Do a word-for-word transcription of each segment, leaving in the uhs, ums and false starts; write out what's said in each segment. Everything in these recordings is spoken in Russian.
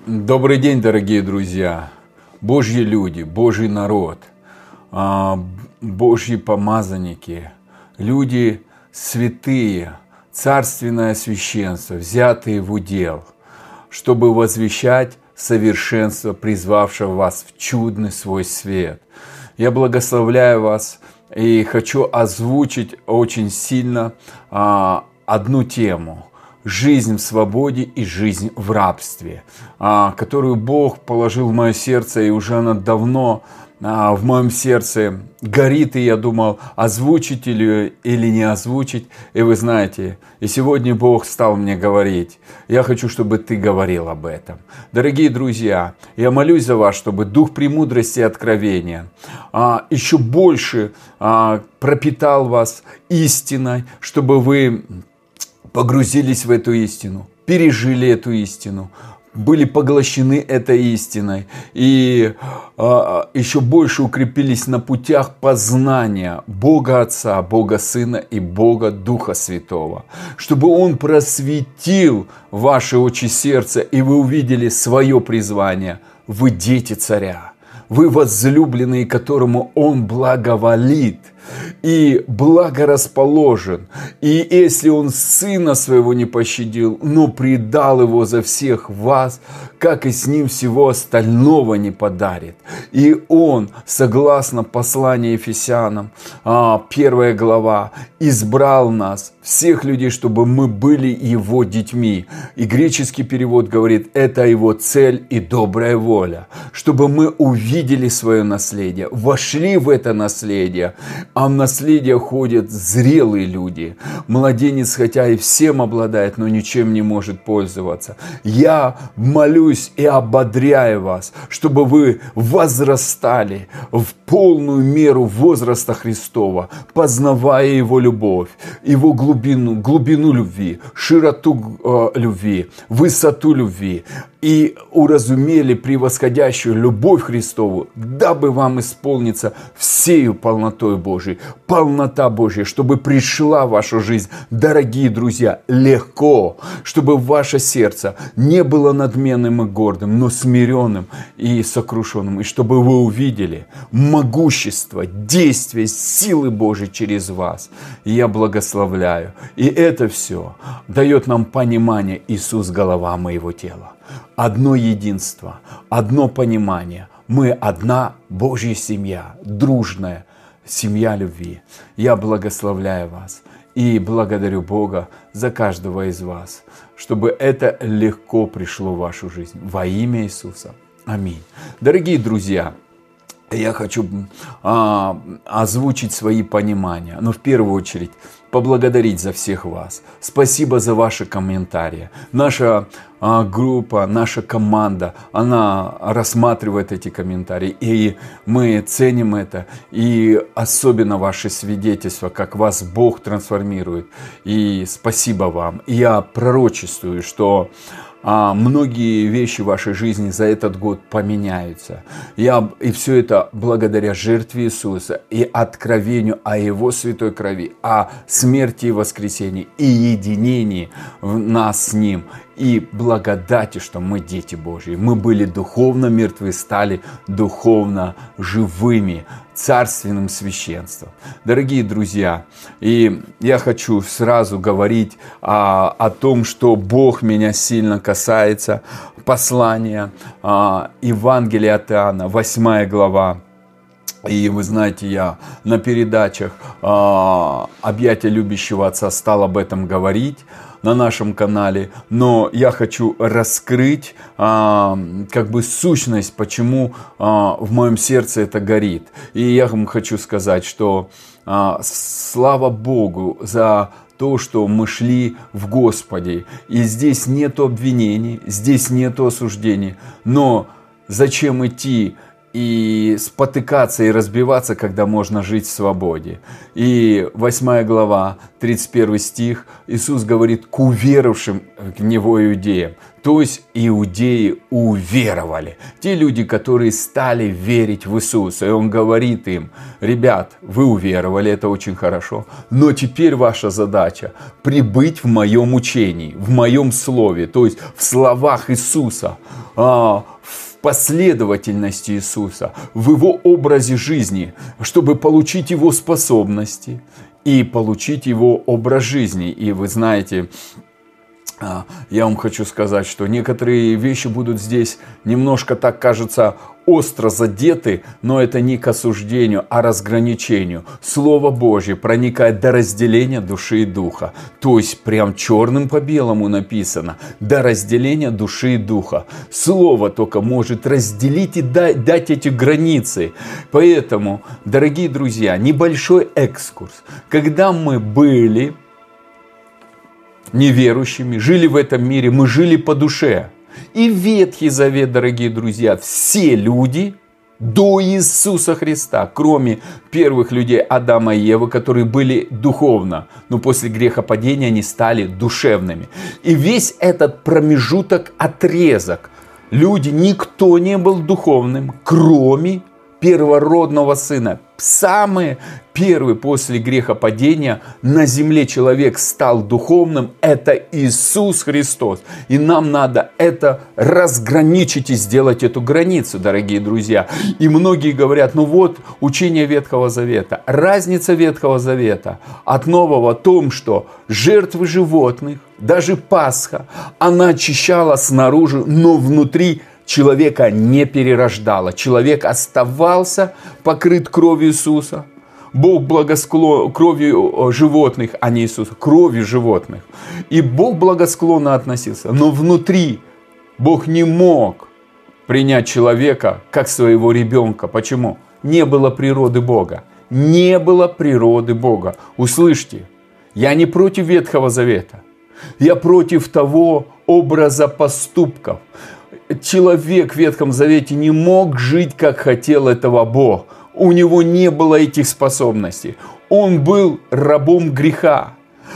Добрый день, дорогие друзья, Божьи люди, Божий народ, Божьи помазанники, люди святые, царственное священство, взятые в удел, чтобы возвещать совершенство, призвавшего вас в чудный свой свет. Я благословляю вас и хочу озвучить очень сильно одну тему – жизнь в свободе и жизнь в рабстве, которую Бог положил в мое сердце, и уже она давно в моем сердце горит, и я думал, озвучить или, или не озвучить. И вы знаете, и сегодня Бог стал мне говорить. Я хочу, чтобы ты говорил об этом. Дорогие друзья, я молюсь за вас, чтобы дух премудрости и откровения еще больше пропитал вас истиной, чтобы вы погрузились в эту истину, пережили эту истину, были поглощены этой истиной и э, еще больше укрепились на путях познания Бога Отца, Бога Сына и Бога Духа Святого, чтобы Он просветил ваше очи сердца, и вы увидели свое призвание. Вы дети Царя, вы возлюбленные, которому Он благоволит и благорасположен. И если Он Сына Своего не пощадил, но предал Его за всех вас, как и с Ним всего остального не подарит. И Он, согласно посланию Ефесянам, первая глава, избрал нас, всех людей, чтобы мы были Его детьми. И греческий перевод говорит, это Его цель и добрая воля, чтобы мы увидели свое наследие, вошли в это наследие. А в наследие ходят зрелые люди. Младенец, хотя и всем обладает, но ничем не может пользоваться. Я молюсь и ободряю вас, чтобы вы возрастали в полную меру возраста Христова, познавая Его любовь, Его глубину, глубину любви, широту э, любви, высоту любви, и уразумели превосходящую любовь Христову, дабы вам исполниться всею полнотой Божией, полнота Божья, чтобы пришла в вашу жизнь, дорогие друзья, легко, чтобы ваше сердце не было надменным и гордым, но смиренным и сокрушенным, и чтобы вы увидели могущество, действие силы Божьей через вас. И я благословляю. И это все дает нам понимание: Иисус – голова моего тела. Одно единство, одно понимание. Мы одна Божья семья, дружная семья любви. Я благословляю вас и благодарю Бога за каждого из вас, чтобы это легко пришло в вашу жизнь. Во имя Иисуса. Аминь. Дорогие друзья, я хочу а, озвучить свои понимания, но в первую очередь поблагодарить за всех вас. Спасибо за ваши комментарии. Наша а, группа, наша команда, она рассматривает эти комментарии, и мы ценим это, и особенно ваши свидетельства, как вас Бог трансформирует. И спасибо вам. Я пророчествую, что А многие вещи в вашей жизни за этот год поменяются. Я, и все это благодаря жертве Иисуса и откровению о Его святой крови, о смерти и воскресении и единении нас с Ним. И благодати, что мы дети Божьи. Мы были духовно мертвы, стали духовно живыми, царственным священством. Дорогие друзья, и я хочу сразу говорить а, о том, что Бог меня сильно касается. Послание а, Евангелия от Иоанна, восьмая глава. И вы знаете, я на передачах а, «Объятия любящего Отца» стал об этом говорить на нашем канале, но я хочу раскрыть а, как бы сущность, почему а, в моем сердце это горит. И я вам хочу сказать, что а, слава Богу за то, что мы шли в Господе. И здесь нету обвинений, здесь нету осуждений. Но зачем идти и спотыкаться и разбиваться, когда можно жить в свободе? И восьмая глава, тридцать первый стих, Иисус говорит к уверовавшим в Него иудеям: То есть иудеи уверовали. Те люди, которые стали верить в Иисуса. И Он говорит им: ребят, вы уверовали, это очень хорошо. Но теперь ваша задача прибыть в моем учении, в моем слове. То есть в словах Иисуса, в последовательности Иисуса, в Его образе жизни, чтобы получить Его способности и получить Его образ жизни. И вы знаете, я вам хочу сказать, что некоторые вещи будут здесь немножко, так кажется, остро задеты, но это не к осуждению, а разграничению. Слово Божье проникает до разделения души и духа. То есть прям черным по белому написано: до разделения души и духа. Слово только может разделить и дать, дать эти границы. Поэтому, дорогие друзья, небольшой экскурс. Когда мы были неверующими, жили в этом мире, мы жили по душе. И Ветхий Завет, дорогие друзья, все люди до Иисуса Христа, кроме первых людей Адама и Евы, которые были духовно, но после грехопадения они стали душевными. И весь этот промежуток, отрезок, люди, никто не был духовным, кроме первородного сына. Самый первый после грехопадения на земле человек стал духовным. Это Иисус Христос. И нам надо это разграничить и сделать эту границу, дорогие друзья. И многие говорят: ну вот учение Ветхого Завета. Разница Ветхого Завета от Нового в том, что жертвы животных, даже Пасха, она очищала снаружи, но внутри человека не перерождало. Человек оставался покрыт кровью Иисуса. Бог благосклонен кровью животных, а не Иисуса, кровью животных. И Бог благосклонно относился. Но внутри Бог не мог принять человека как своего ребенка. Почему? Не было природы Бога. Не было природы Бога. Услышьте, я не против Ветхого Завета. Я против того образа поступков. Человек в Ветхом Завете не мог жить, как хотел этого Бог. У него не было этих способностей. Он был рабом греха.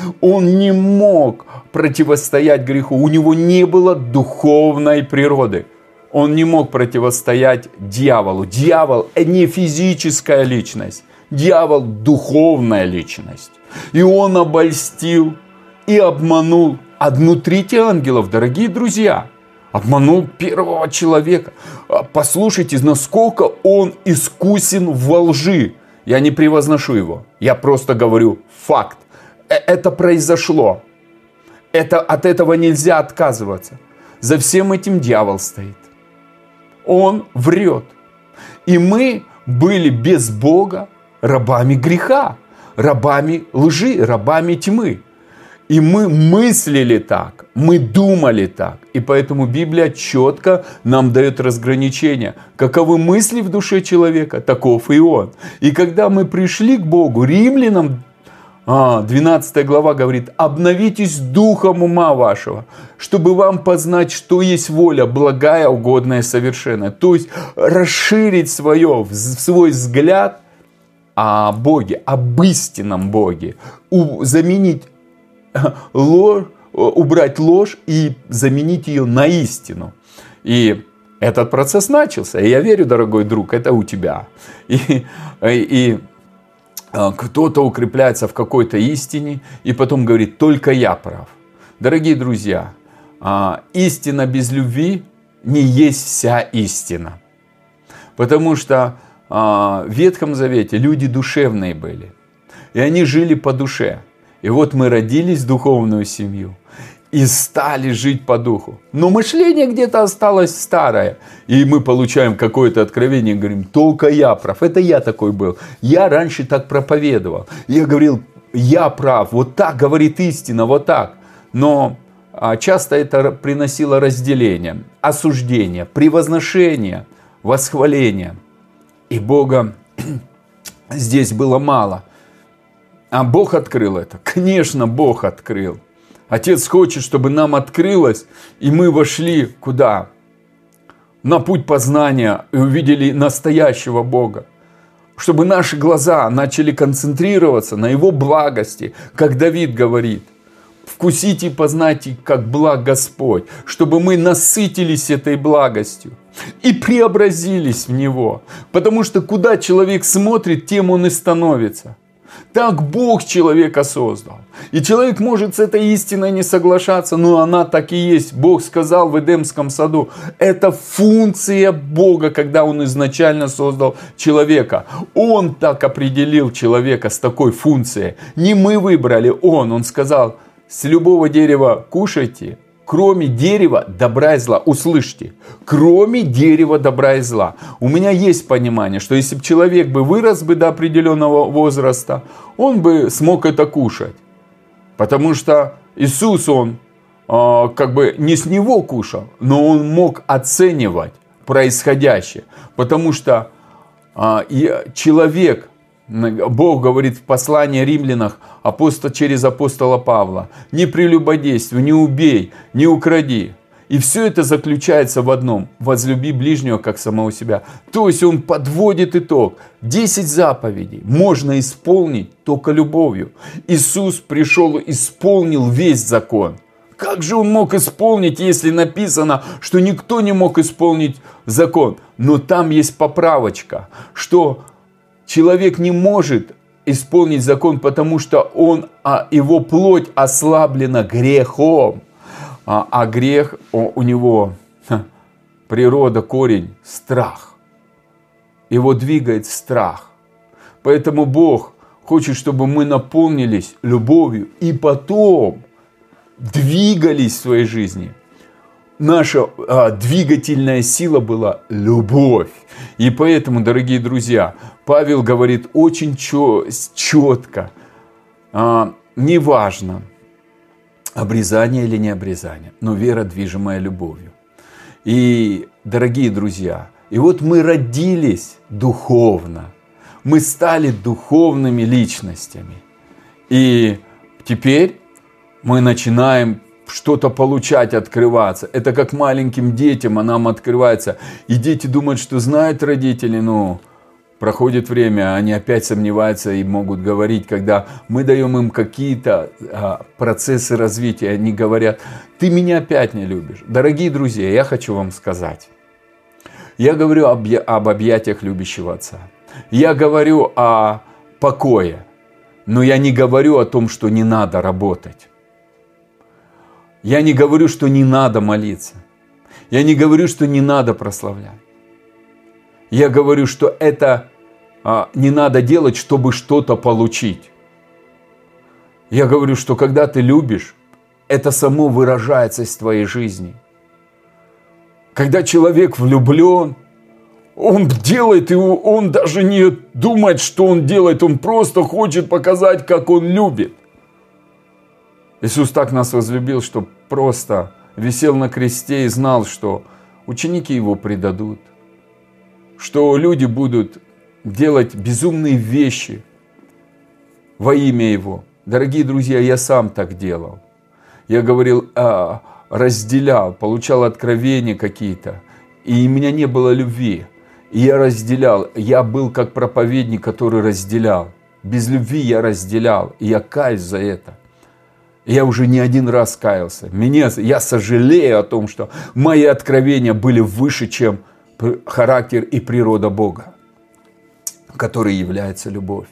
Он не мог противостоять греху. У него не было духовной природы. Он не мог противостоять дьяволу. Дьявол не физическая личность. Дьявол духовная личность. И он обольстил и обманул одну треть ангелов, дорогие друзья. Обманул первого человека. Послушайте, насколько он искусен во лжи. Я не превозношу его. Я просто говорю факт. Это произошло. Это, от этого нельзя отказываться. За всем этим дьявол стоит. Он врет. И мы были без Бога рабами греха, рабами лжи, рабами тьмы. И мы мыслили так, мы думали так. И поэтому Библия четко нам дает разграничение. Каковы мысли в душе человека, таков и он. И когда мы пришли к Богу, Римлянам двенадцатая глава говорит: обновитесь духом ума вашего, чтобы вам познать, что есть воля благая, угодная, совершенная. То есть расширить свое, свой взгляд о Боге, об истинном Боге, заменить ложь, убрать ложь и заменить ее на истину. И этот процесс начался. И я верю, дорогой друг, это у тебя. И, и, и кто-то укрепляется в какой-то истине и потом говорит: только я прав. Дорогие друзья, истина без любви не есть вся истина. Потому что в Ветхом Завете люди душевные были. И они жили по душе. И вот мы родились в духовную семью и стали жить по духу. Но мышление где-то осталось старое. И мы получаем какое-то откровение и говорим: только я прав. Это я такой был. Я раньше так проповедовал. Я говорил: я прав. Вот так говорит истина, вот так. Но часто это приносило разделение, осуждение, превозношение, восхваление. И Бога здесь было мало. А Бог открыл это. Конечно, Бог открыл. Отец хочет, чтобы нам открылось, и мы вошли куда? На путь познания и увидели настоящего Бога. Чтобы наши глаза начали концентрироваться на Его благости, как Давид говорит: вкусите и познайте, как благ Господь, чтобы мы насытились этой благостью и преобразились в Него. Потому что куда человек смотрит, тем он и становится. Так Бог человека создал. И человек может с этой истиной не соглашаться, но она так и есть. Бог сказал в Эдемском саду, это функция Бога, когда Он изначально создал человека. Он так определил человека с такой функцией. Не мы выбрали, Он. Он сказал, с любого дерева кушайте, кроме дерева добра и зла. Услышьте, кроме дерева добра и зла. У меня есть понимание, что если бы человек бы вырос бы до определенного возраста, он бы смог это кушать. Потому что Иисус, он э, как бы не с него кушал, но он мог оценивать происходящее. Потому что э, и человек, Бог говорит в послании Римлянах, апостол, через апостола Павла, не прелюбодействуй, не убей, не укради. И все это заключается в одном: возлюби ближнего как самого себя. То есть он подводит итог. Десять заповедей можно исполнить только любовью. Иисус пришел и исполнил весь закон. Как же он мог исполнить, если написано, что никто не мог исполнить закон? Но там есть поправочка, что человек не может исполнить закон, потому что он, а, его плоть ослаблена грехом. А, а грех, о, у него ха, природа, корень, страх. Его двигает страх. Поэтому Бог хочет, чтобы мы наполнились любовью и потом двигались в своей жизни. Наша а, двигательная сила была любовь. И поэтому, дорогие друзья, Павел говорит очень четко, а, неважно, обрезание или не обрезание, но вера, движимая любовью. И, дорогие друзья, и вот мы родились духовно, мы стали духовными личностями. И теперь мы начинаем что-то получать, открываться. Это как маленьким детям, а нам открывается. И дети думают, что знают родители, но проходит время, они опять сомневаются и могут говорить, когда мы даем им какие-то а, процессы развития, они говорят, ты меня опять не любишь. Дорогие друзья, я хочу вам сказать, я говорю об, об объятиях любящего отца. Я говорю о покое, но я не говорю о том, что не надо работать. Я не говорю, что не надо молиться. Я не говорю, что не надо прославлять. Я говорю, что это а, не надо делать, чтобы что-то получить. Я говорю, что когда ты любишь, это само выражается из твоей жизни. Когда человек влюблен, он делает его, он даже не думает, что он делает, он просто хочет показать, как он любит. Иисус так нас возлюбил, что просто висел на кресте и знал, что ученики его предадут, что люди будут делать безумные вещи во имя Его. Дорогие друзья, я сам так делал. Я говорил, разделял, получал откровения какие-то, и у меня не было любви. И я разделял, я был как проповедник, который разделял. Без любви я разделял, и я каюсь за это. Я уже не один раз каялся. Меня, я сожалею о том, что мои откровения были выше, чем характер и природа Бога, который является любовь.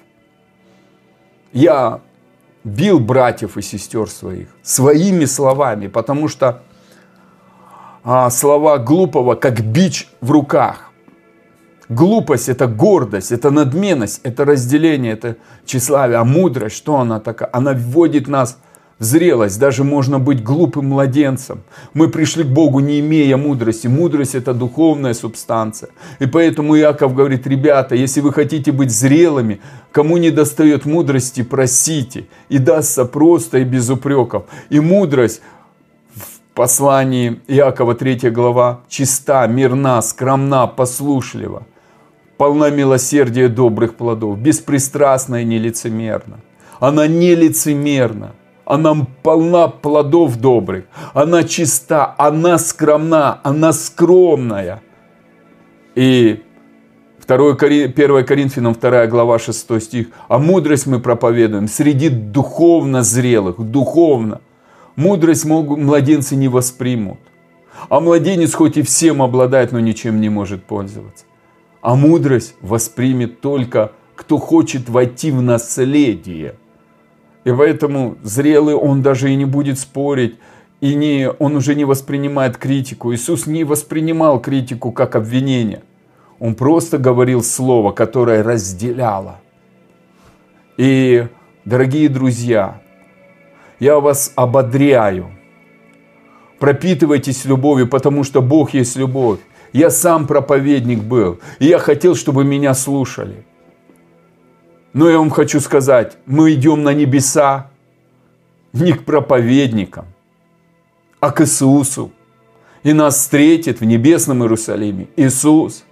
Я бил братьев и сестер своих своими словами, потому что а, слова глупого, как бич в руках. Глупость – это гордость, это надменность, это разделение, это тщеславие. А мудрость, что она такая? Она вводит нас в зрелость. Даже можно быть глупым младенцем. Мы пришли к Богу, не имея мудрости. Мудрость – это духовная субстанция. И поэтому Иаков говорит, ребята, если вы хотите быть зрелыми, кому не достает мудрости, просите. И дастся просто и без упреков. И мудрость в послании Иакова, третья глава, чиста, мирна, скромна, послушлива, полна милосердия, добрых плодов, беспристрастна и нелицемерна. Она не лицемерна. Она полна плодов добрых, она чиста, она скромна, она скромная. И первое Коринфянам вторая глава шестой стих. А мудрость мы проповедуем среди духовно зрелых, духовно. Мудрость могут, младенцы не воспримут. А младенец хоть и всем обладает, но ничем не может пользоваться. А мудрость воспримет только, кто хочет войти в наследие. И поэтому зрелый он даже и не будет спорить, и не, он уже не воспринимает критику. Иисус не воспринимал критику как обвинение. Он просто говорил слово, которое разделяло. И, дорогие друзья, я вас ободряю. Пропитывайтесь любовью, потому что Бог есть любовь. Я сам проповедник был, и я хотел, чтобы меня слушали. Но я вам хочу сказать, мы идем на небеса не к проповедникам, а к Иисусу. И нас встретит в небесном Иерусалиме Иисус.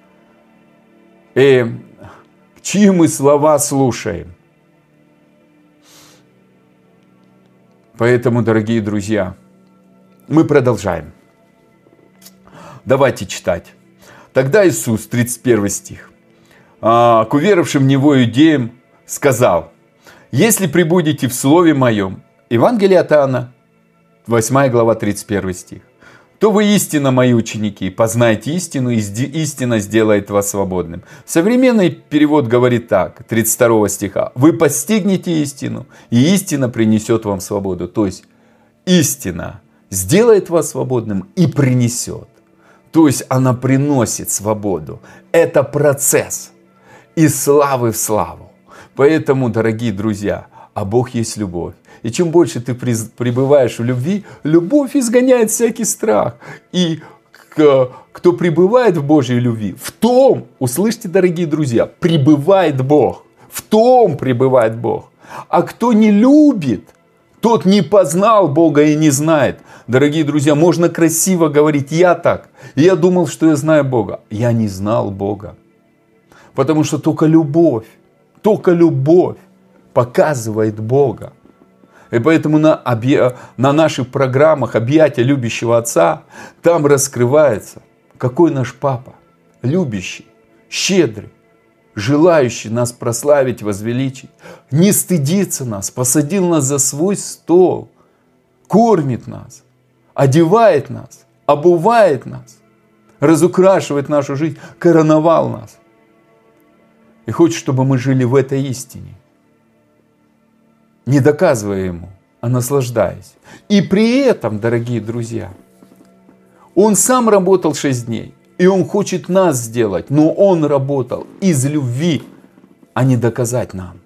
И чьи мы слова слушаем? Поэтому, дорогие друзья, мы продолжаем. Давайте читать. Тогда Иисус, тридцать первый стих, к уверовавшим в Него иудеям сказал: «Если пребудете в Слове Моем», Евангелие от Иоанна, восьмая глава, тридцать первый стих, «то вы истинно мои ученики, познаете истину, и истина сделает вас свободным». Современный перевод говорит так, тридцать второго стиха: «Вы постигнете истину, и истина принесет вам свободу». То есть истина сделает вас свободным и принесет. То есть она приносит свободу. Это процесс. Из славы в славу. Поэтому, дорогие друзья, а Бог есть любовь. И чем больше ты пребываешь в любви, любовь изгоняет всякий страх. И кто пребывает в Божьей любви, в том, услышьте, дорогие друзья, пребывает Бог. В том пребывает Бог. А кто не любит, тот не познал Бога и не знает. Дорогие друзья, можно красиво говорить: я так. Я думал, что я знаю Бога. Я не знал Бога. Потому что только любовь, только любовь показывает Бога. И поэтому на, объ... на наших программах «Объятия любящего Отца» там раскрывается, какой наш Папа. Любящий, щедрый, желающий нас прославить, возвеличить. Не стыдится нас, посадил нас за свой стол, кормит нас, одевает нас, обувает нас, разукрашивает нашу жизнь, короновал нас. И хочет, чтобы мы жили в этой истине. Не доказывая Ему, а наслаждаясь. И при этом, дорогие друзья, Он сам работал шесть дней. И Он хочет нас сделать. Но Он работал из любви, а не доказать нам.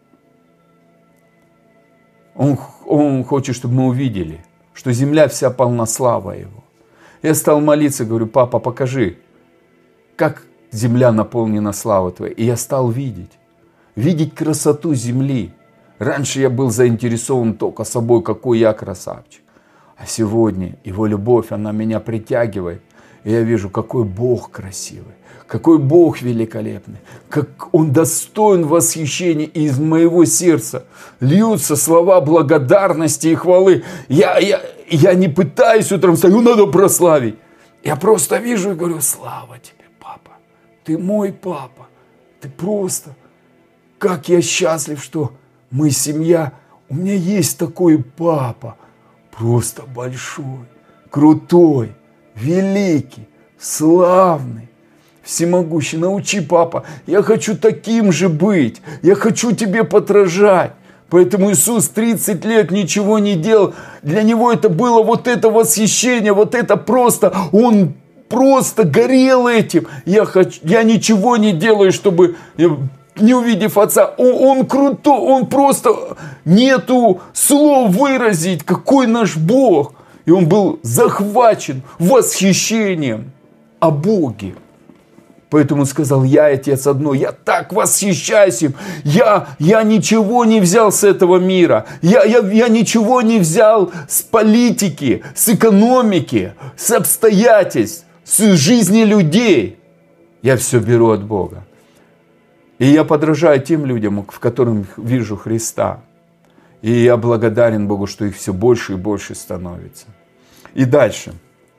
Он, он хочет, чтобы мы увидели, что земля вся полна славы Его. Я стал молиться, говорю: папа, покажи, как земля наполнена славой Твоей. И я стал видеть, видеть красоту земли. Раньше я был заинтересован только собой, какой я красавчик. А сегодня Его любовь, она меня притягивает. И я вижу, какой Бог красивый, какой Бог великолепный, как Он достоин восхищения. И из моего сердца льются слова благодарности и хвалы. Я, я, я не пытаюсь утром встать: надо прославить. Я просто вижу и говорю: слава Тебе, Папа. Ты мой Папа. Ты просто... Как я счастлив, что мы семья. У меня есть такой Папа. Просто большой, крутой, великий, славный, всемогущий. Научи, Папа. Я хочу таким же быть. Я хочу Тебе подражать. Поэтому Иисус тридцать лет ничего не делал. Для Него это было вот это восхищение, вот это просто... Он просто горел этим. Я, хочу, я ничего не делаю, чтобы, не увидев Отца. Он, он крутой, он просто... Нету слов выразить, какой наш Бог. И он был захвачен восхищением о Боге. Поэтому он сказал: я и Отец одно. Я так восхищаюсь им. Я, я ничего не взял с этого мира. Я, я, я ничего не взял с политики, с экономики, с обстоятельств, с жизни людей. Я все беру от Бога. И я подражаю тем людям, в которых вижу Христа. И я благодарен Богу, что их все больше и больше становится. И дальше.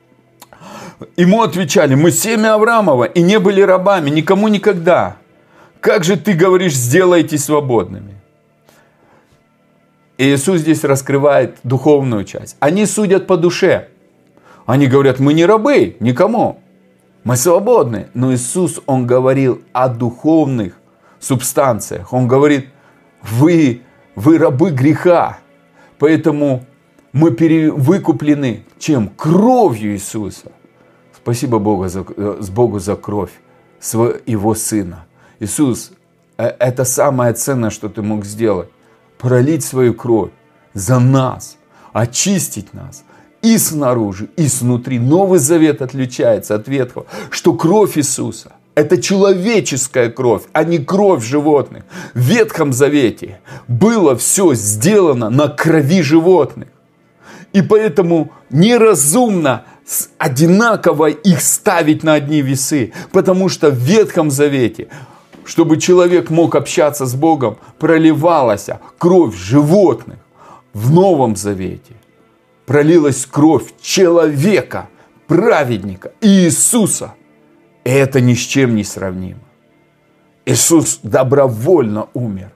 Ему отвечали: мы семя Авраамова и не были рабами никому никогда. Как же ты говоришь: сделайте свободными? И Иисус здесь раскрывает духовную часть. Они судят по душе. Они говорят, мы не рабы никому. Мы свободны. Но Иисус, Он говорил о духовных субстанциях. Он говорит, вы, вы рабы греха. Поэтому мы выкуплены чем? Кровью Иисуса. Спасибо Богу за, Богу за кровь Его Сына. Иисус, это самое ценное, что Ты мог сделать. Пролить свою кровь за нас, очистить нас и снаружи, и снутри. Новый Завет отличается от Ветхого, что кровь Иисуса – это человеческая кровь, а не кровь животных. В Ветхом Завете было все сделано на крови животных. И поэтому неразумно одинаково их ставить на одни весы, потому что в Ветхом Завете, чтобы человек мог общаться с Богом, проливалась кровь животных. В Новом Завете пролилась кровь человека, праведника, Иисуса. И это ни с чем не сравнимо. Иисус добровольно умер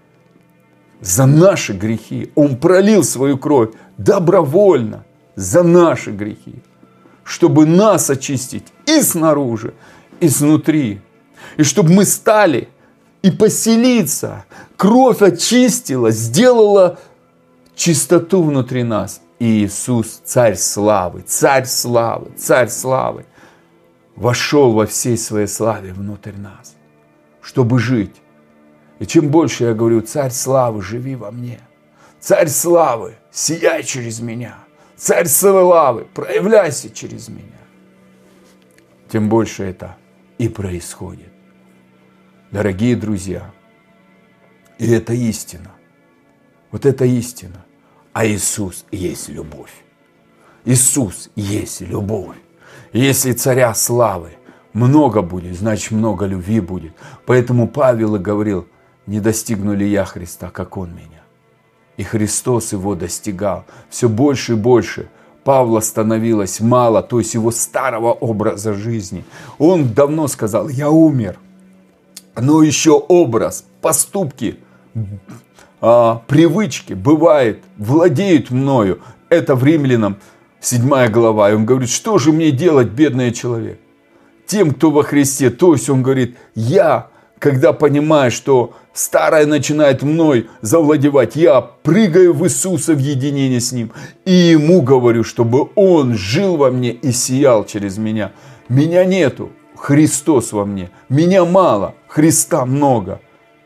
за наши грехи. Он пролил свою кровь добровольно за наши грехи, чтобы нас очистить и снаружи, и снутри. И чтобы мы стали и поселиться. Кровь очистила, сделала чистоту внутри нас. И Иисус, Царь славы, Царь славы, Царь славы, вошел во всей своей славе внутрь нас, чтобы жить. И чем больше я говорю, Царь славы, живи во мне. Царь славы, сияй через меня. Царь славы, проявляйся через меня. Тем больше это и происходит. Дорогие друзья, и это истина. Вот это истина. А Иисус есть любовь. Иисус есть любовь. И если Царя славы много будет, значит много любви будет. Поэтому Павел и говорил, не достигну ли я Христа, как Он меня. И Христос его достигал. Все больше и больше Павла становилось мало, то есть его старого образа жизни. Он давно сказал, я умер. Но еще образ, поступки, а, привычки, бывает, владеют мною. Это в Римлянам седьмая глава. И он говорит, что же мне делать, бедный человек? Тем, кто во Христе. То есть он говорит, я, когда понимаю, что старое начинает мной завладевать, я прыгаю в Иисуса в единение с Ним. И Ему говорю, чтобы Он жил во мне и сиял через меня. Меня нету. Христос во мне. Меня мало, Христа много.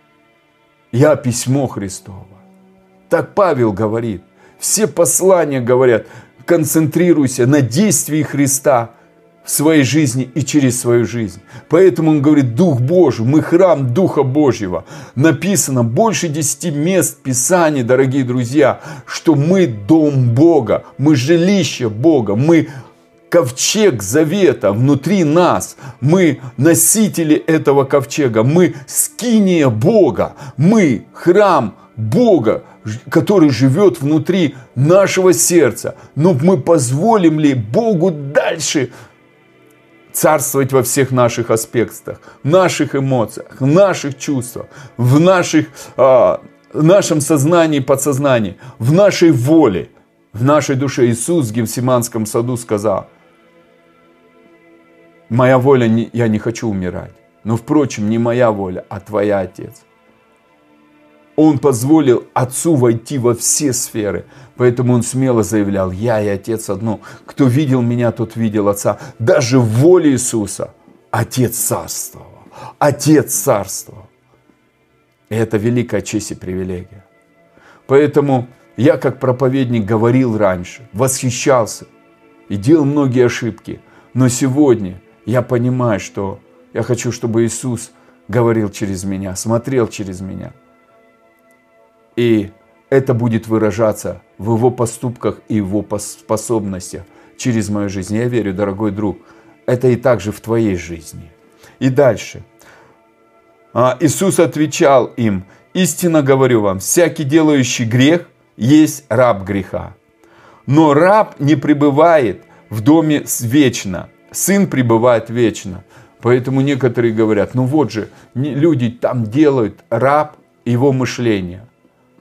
Я письмо Христово. Так Павел говорит. Все послания говорят, концентрируйся на действии Христа в своей жизни и через свою жизнь. Поэтому он говорит, Дух Божий, мы храм Духа Божьего. Написано больше десяти мест Писания, дорогие друзья, что мы дом Бога, мы жилище Бога, мы ковчег завета внутри нас. Мы носители этого ковчега. Мы скиния Бога. Мы храм Бога, который живет внутри нашего сердца. Но мы позволим ли Богу дальше царствовать во всех наших аспектах, в наших эмоциях, в наших чувствах, в наших, а, нашем сознании, подсознании, в нашей воле, в нашей душе? Иисус в Гефсиманском саду сказал, моя воля, не, я не хочу умирать. Но, впрочем, не моя воля, а Твоя, Отец. Он позволил Отцу войти во все сферы. Поэтому Он смело заявлял, я и Отец одно. Кто видел меня, тот видел Отца. Даже в воле Иисуса Отец царствовал. Отец царствовал. И это великая честь и привилегия. Поэтому я, как проповедник, говорил раньше, восхищался и делал многие ошибки. Но сегодня я понимаю, что я хочу, чтобы Иисус говорил через меня, смотрел через меня. И это будет выражаться в Его поступках и Его способностях через мою жизнь. Я верю, дорогой друг, это и также в твоей жизни. И дальше. Иисус отвечал им, истинно говорю вам, всякий делающий грех есть раб греха. Но раб не пребывает в доме вечно, сын пребывает вечно. Поэтому некоторые говорят, ну вот же, люди там делают раб его мышления.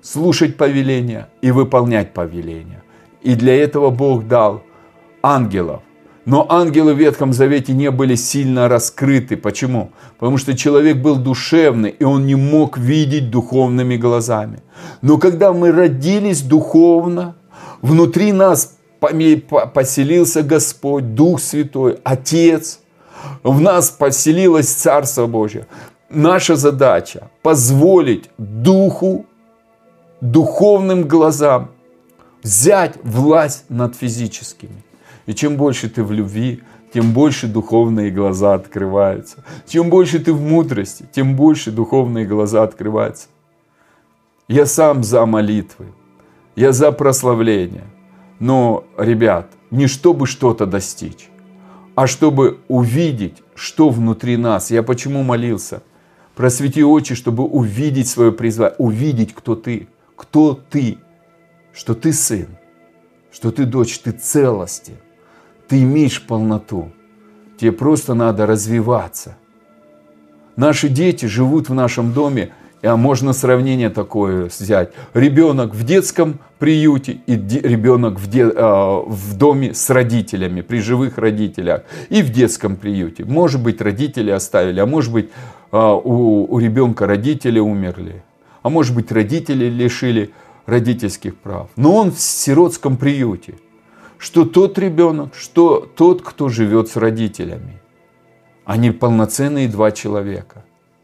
слушать повеления и выполнять повеления. И для этого Бог дал ангелов. Но ангелы в Ветхом Завете не были сильно раскрыты. Почему? Потому что человек был душевный, и он не мог видеть духовными глазами. Но когда мы родились духовно, внутри нас поселился Господь, Дух Святой, Отец, в нас поселилось Царство Божье. Наша задача позволить Духу, духовным глазам взять власть над физическими. И чем больше ты в любви, тем больше духовные глаза открываются. Чем больше ты в мудрости, тем больше духовные глаза открываются. Я сам за молитвы, я за прославление. Но, ребят, не чтобы что-то достичь, а чтобы увидеть, что внутри нас. Я почему молился? Просвети очи, чтобы увидеть свое призвание, увидеть, кто ты. Кто ты? Что ты сын, что ты дочь, ты целостен. Ты имеешь полноту. Тебе просто надо развиваться. Наши дети живут в нашем доме, а можно сравнение такое взять. Ребенок в детском приюте и ребенок в, де, в доме с родителями, при живых родителях. И в детском приюте. Может быть, родители оставили, а может быть, у, у ребенка родители умерли. А может быть, родители лишили родительских прав. Но он в сиротском приюте. Что тот ребенок, что тот, кто живет с родителями. Они полноценные два человека.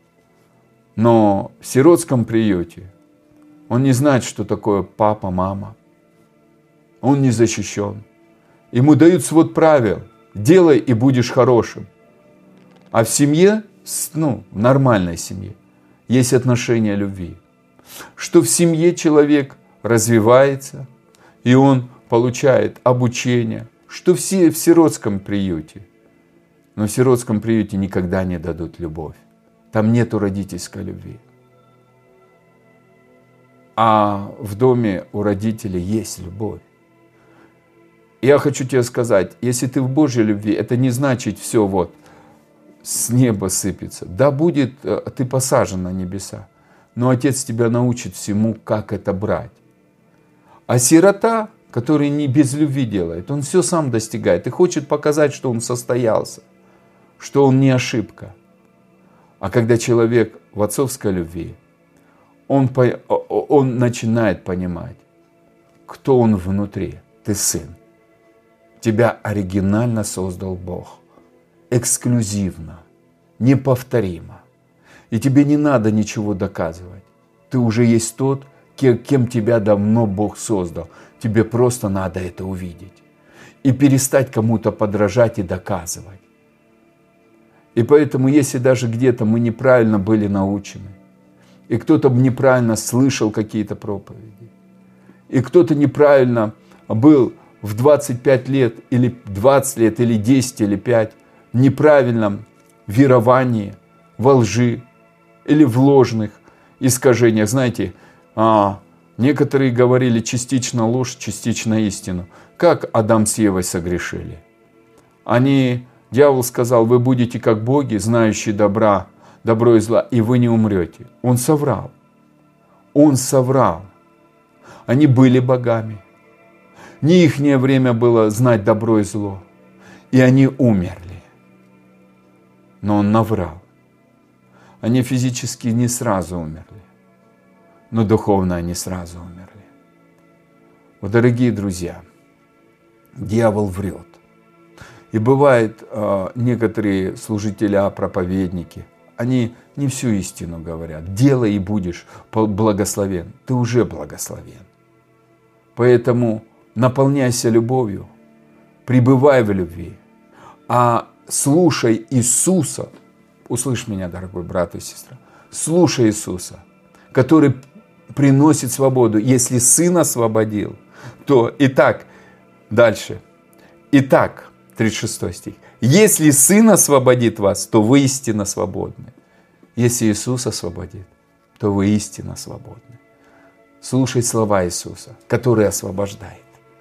Но в сиротском приюте он не знает, что такое папа, мама. Он не защищен. Ему дают свод правил. Делай и будешь хорошим. А в семье, ну, в нормальной семье, есть отношения любви. Что в семье человек развивается, и он получает обучение, что все в сиротском приюте. Но в сиротском приюте никогда не дадут любовь. Там нету родительской любви. А в доме у родителей есть любовь. Я хочу тебе сказать, если ты в Божьей любви, это не значит все вот с неба сыпется. Да, будет, ты посажен на небеса. Но Отец тебя научит всему, как это брать. А сирота, который не без любви делает, он все сам достигает и хочет показать, что он состоялся, что он не ошибка. А когда человек в отцовской любви, он, он начинает понимать, кто он внутри. Ты сын. Тебя оригинально создал Бог. Эксклюзивно, неповторимо. И тебе не надо ничего доказывать. Ты уже есть тот, кем тебя давно Бог создал. Тебе просто надо это увидеть. И перестать кому-то подражать и доказывать. И поэтому, если даже где-то мы неправильно были научены, и кто-то неправильно слышал какие-то проповеди, и кто-то неправильно был в двадцать пять лет, или двадцать лет, или десять, или пять, в неправильном веровании, во лжи, или в ложных искажениях. Знаете, некоторые говорили частично ложь, частично истину. Как Адам с Евой согрешили? Они, дьявол сказал, вы будете как боги, знающие добра, добро и зла, и вы не умрете. Он соврал. Он соврал. Они были богами. Не ихнее время было знать добро и зло. И они умерли. Но он наврал. Они физически не сразу умерли, но духовно они сразу умерли. Вот, дорогие друзья, дьявол врет. И бывает, некоторые служители, проповедники, они не всю истину говорят. Делай и будешь благословен. Ты уже благословен. Поэтому наполняйся любовью, пребывай в любви, а слушай Иисуса. Услышь меня, дорогой брат и сестра. Слушай Иисуса, который приносит свободу. Если Сын освободил, то итак, дальше. Итак, тридцать шестой стих. Если Сын освободит вас, то вы истинно свободны. Если Иисус освободит, то вы истинно свободны. Слушай слова Иисуса, который освобождает.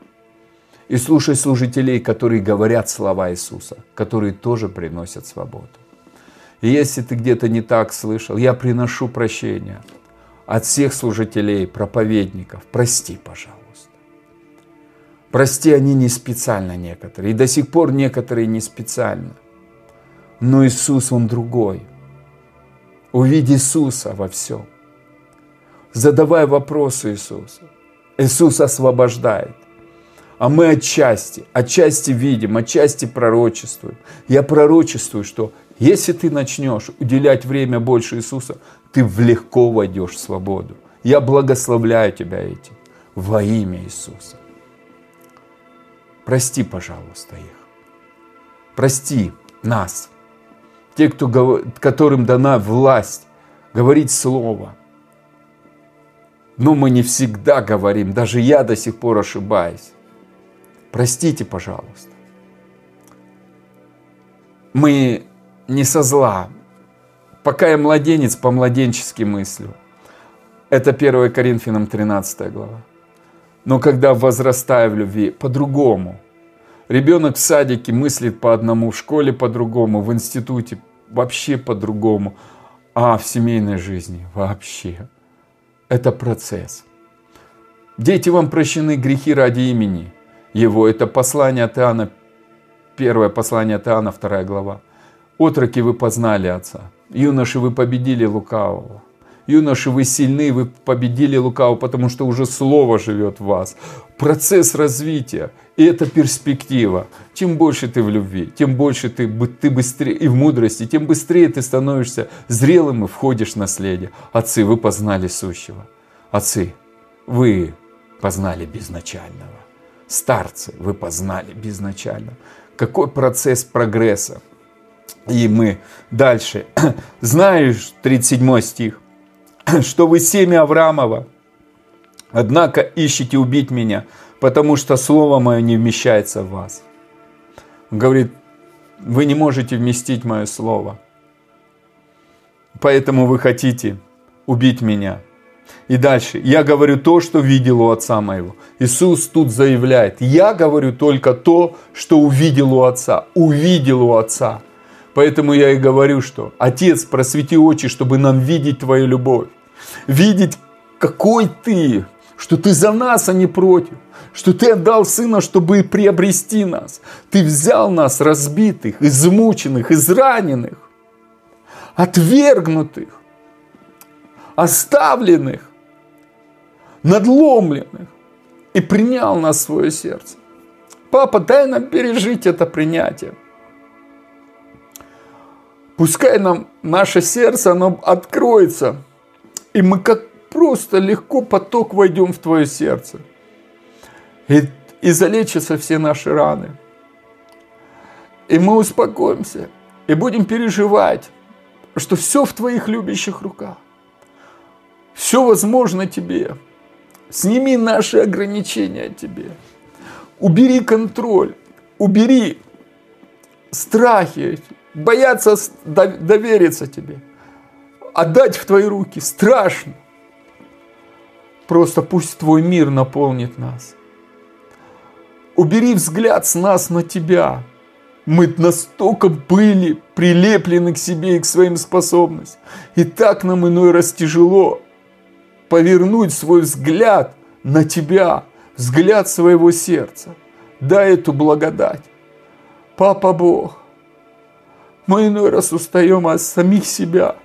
И слушай служителей, которые говорят слова Иисуса, которые тоже приносят свободу. И если ты где-то не так слышал, я приношу прощение от всех служителей, проповедников. Прости, пожалуйста. Прости, они не специально некоторые. И до сих пор некоторые не специально. Но Иисус, Он другой. Увидь Иисуса во всем. Задавай вопросы Иисусу. Иисус освобождает. А мы отчасти, отчасти видим, отчасти пророчествуем. Я пророчествую, что если ты начнешь уделять время больше Иисуса, ты легко войдешь в свободу. Я благословляю тебя этим во имя Иисуса. Прости, пожалуйста, их. Прости нас, те, кто, которым дана власть говорить Слово. Но мы не всегда говорим, даже я до сих пор ошибаюсь. Простите, пожалуйста. Мы не со зла. Пока я младенец, по-младенчески мыслю. Это первое Коринфянам тринадцатая глава. Но когда возрастаю в любви, по-другому. Ребенок в садике мыслит по одному, в школе по-другому, в институте вообще по-другому, а в семейной жизни вообще. Это процесс. Дети, вам прощены грехи ради имени Его. Это послание от Иоанна, первое послание от Иоанна, вторая глава. Отроки, вы познали Отца. Юноши, вы победили лукавого. Юноши, вы сильны, вы победили лукавого, потому что уже Слово живет в вас. Процесс развития. И это перспектива. Чем больше ты в любви, тем больше ты, ты быстрее и в мудрости, тем быстрее ты становишься зрелым и входишь в наследие. Отцы, вы познали сущего. Отцы, вы познали безначального. Старцы, вы познали безначального. Какой процесс прогресса? И мы дальше. Знаешь, тридцать седьмой стих. Что вы семя Авраамова, однако ищете убить меня, потому что слово мое не вмещается в вас. Он говорит, вы не можете вместить мое слово, поэтому вы хотите убить меня. И дальше, я говорю то, что видел у Отца моего. Иисус тут заявляет, я говорю только то, что увидел у Отца, увидел у Отца. Поэтому я и говорю, что Отец, просвети очи, чтобы нам видеть Твою любовь. Видеть, какой Ты, что Ты за нас, а не против. Что Ты отдал Сына, чтобы приобрести нас. Ты взял нас, разбитых, измученных, израненных, отвергнутых, оставленных, надломленных. И принял нас в свое сердце. Папа, дай нам пережить это принятие. Пускай нам наше сердце, оно откроется, и мы как просто легко поток войдем в Твое сердце. И, и залечатся все наши раны. И мы успокоимся, и будем переживать, что все в Твоих любящих руках. Все возможно Тебе. Сними наши ограничения от Тебе. Убери контроль, убери страхи эти. Бояться довериться Тебе, отдать в Твои руки страшно. Просто пусть Твой мир наполнит нас. Убери взгляд с нас на Тебя. Мы настолько были прилеплены к себе и к своим способностям. И так нам иной раз тяжело повернуть свой взгляд на Тебя, взгляд своего сердца. Дай эту благодать. Папа Бог, мы иной раз устаем от самих себя.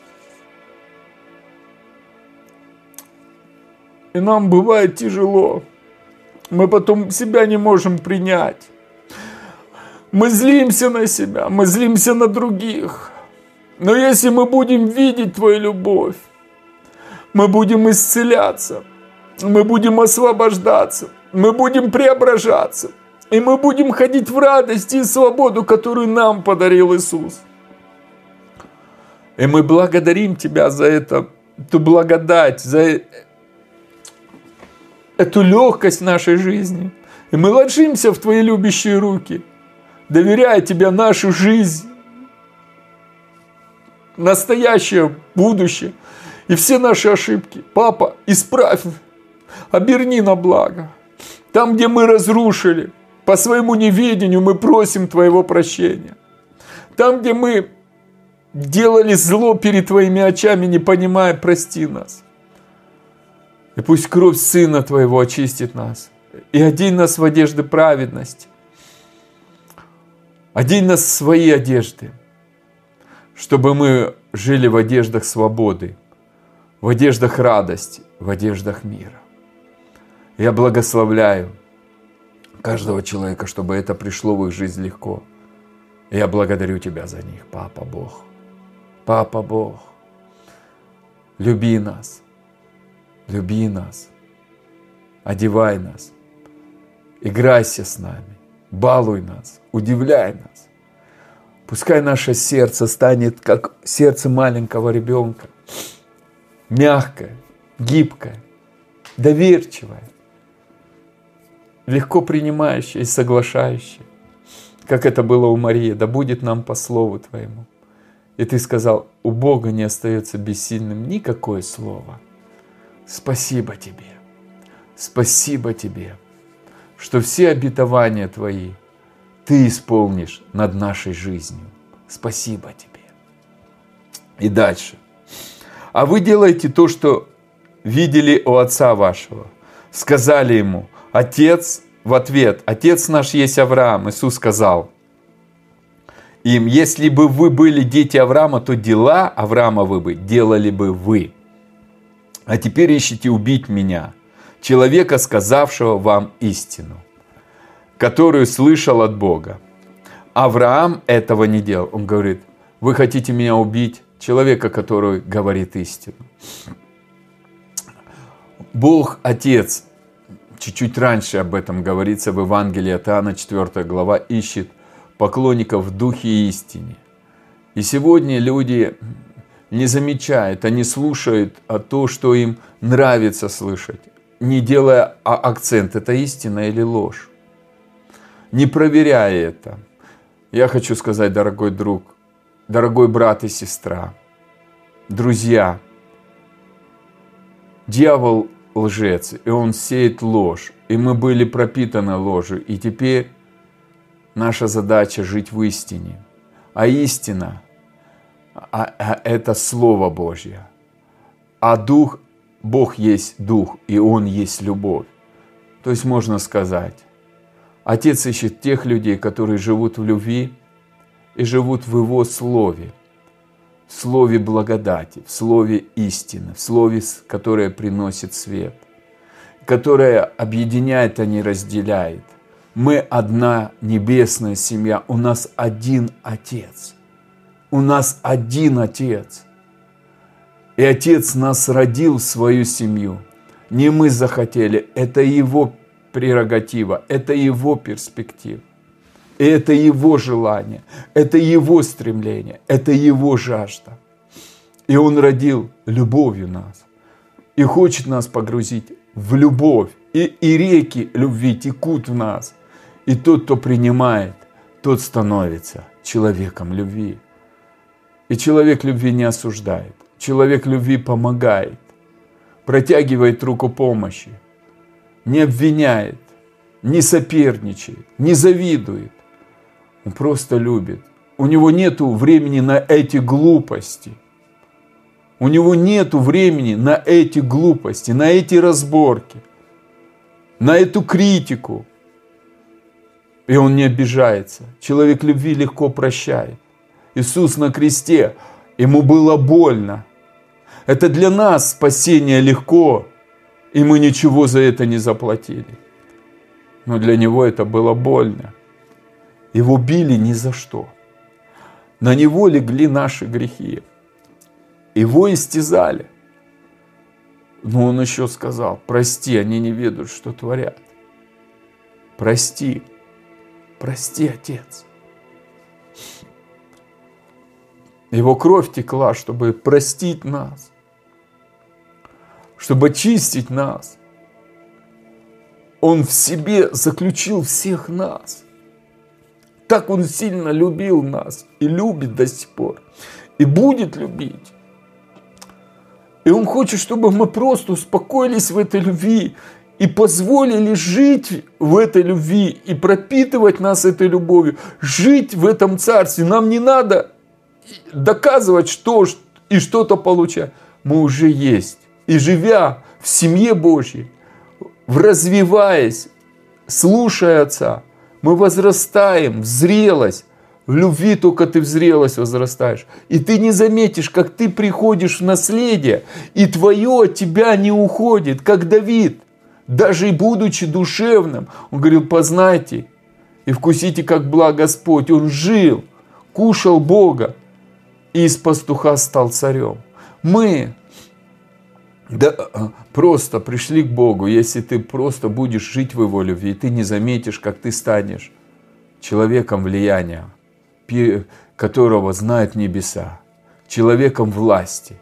И нам бывает тяжело. Мы потом себя не можем принять. Мы злимся на себя, мы злимся на других. Но если мы будем видеть Твою любовь, мы будем исцеляться, мы будем освобождаться, мы будем преображаться. И мы будем ходить в радости и свободу, которую нам подарил Иисус. И мы благодарим Тебя за это, эту благодать, за эту легкость нашей жизни. И мы ложимся в Твои любящие руки, доверяя Тебе нашу жизнь, настоящее, будущее и все наши ошибки. Папа, исправь, оберни на благо. Там, где мы разрушили, по своему неведению мы просим Твоего прощения. Там, где мы делали зло перед Твоими очами, не понимая, прости нас. И пусть кровь Сына Твоего очистит нас. И одень нас в одежды праведности. Одень нас в свои одежды, чтобы мы жили в одеждах свободы, в одеждах радости, в одеждах мира. Я благословляю каждого человека, чтобы это пришло в их жизнь легко. И я благодарю Тебя за них, Папа Бог. Папа Бог, люби нас, люби нас, одевай нас, играйся с нами, балуй нас, удивляй нас. Пускай наше сердце станет как сердце маленького ребенка, мягкое, гибкое, доверчивое, легко принимающее и соглашающее, как это было у Марии. Да будет нам по слову Твоему. И Ты сказал, у Бога не остается бессильным никакое слово. Спасибо Тебе, спасибо Тебе, что все обетования Твои Ты исполнишь над нашей жизнью. Спасибо Тебе. И дальше. А вы делаете то, что видели у отца вашего. Сказали ему, Отец, в ответ, Отец наш есть Авраам. Иисус сказал им, если бы вы были дети Авраама, то дела Авраама вы бы делали бы вы. А теперь ищите убить меня, человека, сказавшего вам истину, которую слышал от Бога. Авраам этого не делал. Он говорит, вы хотите меня убить, человека, который говорит истину. Бог Отец, чуть-чуть раньше об этом говорится в Евангелии от Иоанна, четвёртая глава, ищет поклонников в духе и истине. И сегодня люди не замечают, они слушают а то, что им нравится слышать, не делая акцент, это истина или ложь, не проверяя это. Я хочу сказать, дорогой друг, дорогой брат и сестра, друзья, дьявол лжец, и он сеет ложь, и мы были пропитаны ложью, и теперь наша задача жить в истине. А истина а, а это Слово Божье. А Дух, Бог есть Дух, и Он есть любовь. То есть можно сказать, Отец ищет тех людей, которые живут в любви и живут в Его Слове. В Слове благодати, в Слове истины, в Слове, которое приносит свет, которое объединяет, а не разделяет. Мы одна небесная семья, у нас один Отец. У нас один Отец. И Отец нас родил в свою семью. Не мы захотели, это Его прерогатива, это Его перспектива. И это Его желание, это Его стремление, это Его жажда. И Он родил любовью нас. И хочет нас погрузить в любовь. И, и реки любви текут в нас. И тот, кто принимает, тот становится человеком любви. И человек любви не осуждает. Человек любви помогает. Протягивает руку помощи. Не обвиняет. Не соперничает. Не завидует. Он просто любит. У него нет времени на эти глупости. У него нет времени на эти глупости, на эти разборки, на эту критику. И он не обижается. Человек любви легко прощает. Иисус на кресте, ему было больно. Это для нас спасение легко, и мы ничего за это не заплатили. Но для него это было больно. Его били ни за что. На него легли наши грехи. Его истязали. Но он еще сказал, прости, они не ведают, что творят. Прости. Прости, Отец. Его кровь текла, чтобы простить нас. Чтобы очистить нас. Он в себе заключил всех нас. Так Он сильно любил нас и любит до сих пор. И будет любить. И Он хочет, чтобы мы просто успокоились в этой любви и позволили жить в этой любви и пропитывать нас этой любовью, жить в этом царстве. Нам не надо доказывать что и что-то получать. Мы уже есть. И живя в семье Божьей, развиваясь, слушая Отца, мы возрастаем в зрелость. В любви только ты в зрелость возрастаешь. И ты не заметишь, как ты приходишь в наследие, и твое от тебя не уходит, как Давид. Даже и будучи душевным, он говорил: познайте и вкусите, как благ Господь. Он жил, кушал Бога и из пастуха стал царем. Мы да, просто пришли к Богу, если ты просто будешь жить в Его любви, и ты не заметишь, как ты станешь человеком влияния, которого знают небеса, человеком власти.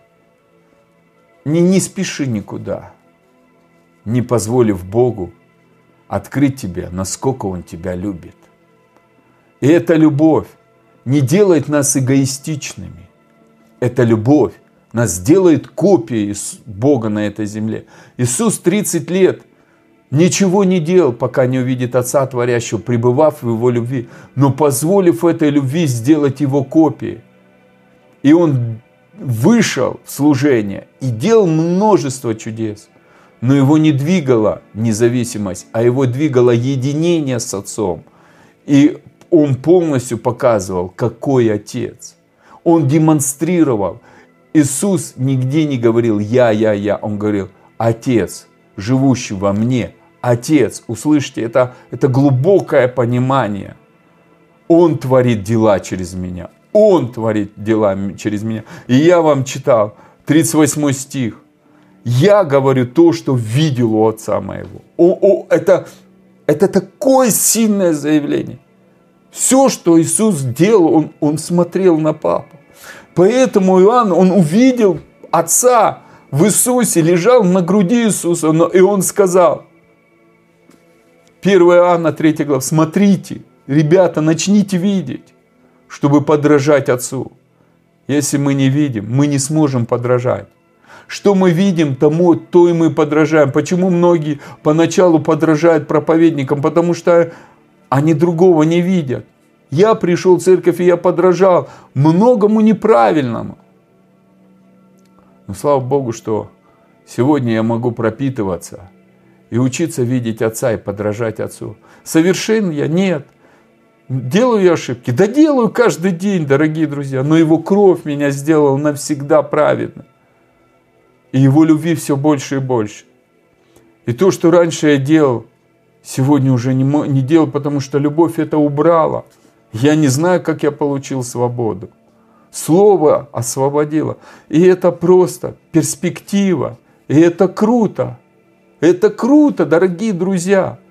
Не, не спеши никуда, не позволив Богу открыть тебе, насколько Он тебя любит. И эта любовь не делает нас эгоистичными. Эта любовь нас делает копией Бога на этой земле. Иисус тридцать лет ничего не делал, пока не увидит Отца Творящего, пребывав в Его любви, но позволив этой любви сделать Его копией. И Он вышел в служение и делал множество чудес. Но его не двигала независимость, а его двигало единение с Отцом. И он полностью показывал, какой Отец. Он демонстрировал. Иисус нигде не говорил «я, я, я». Он говорил «Отец, живущий во мне». Отец, услышьте, это, это глубокое понимание. Он творит дела через меня. Он творит дела через меня. И я вам читал тридцать восьмой стих. Я говорю то, что видел у Отца моего. О, о, это, это такое сильное заявление. Все, что Иисус делал, он, он смотрел на Папу. Поэтому Иоанн, он увидел Отца в Иисусе, лежал на груди Иисуса, и он сказал, первое Иоанна, третья глава, смотрите, ребята, начните видеть, чтобы подражать Отцу. Если мы не видим, мы не сможем подражать. Что мы видим, тому, то и мы подражаем. Почему многие поначалу подражают проповедникам? Потому что они другого не видят. Я пришел в церковь, и я подражал многому неправильному. Но слава Богу, что сегодня я могу пропитываться и учиться видеть Отца и подражать Отцу. Совершен я? Нет. Делаю я ошибки? Да делаю каждый день, дорогие друзья. Но Его кровь меня сделала навсегда праведным. И Его любви все больше и больше. И то, что раньше я делал, сегодня уже не, не делал, потому что любовь это убрала. Я не знаю, как я получил свободу. Слово освободило. И это просто перспектива. И это круто. Это круто, дорогие друзья.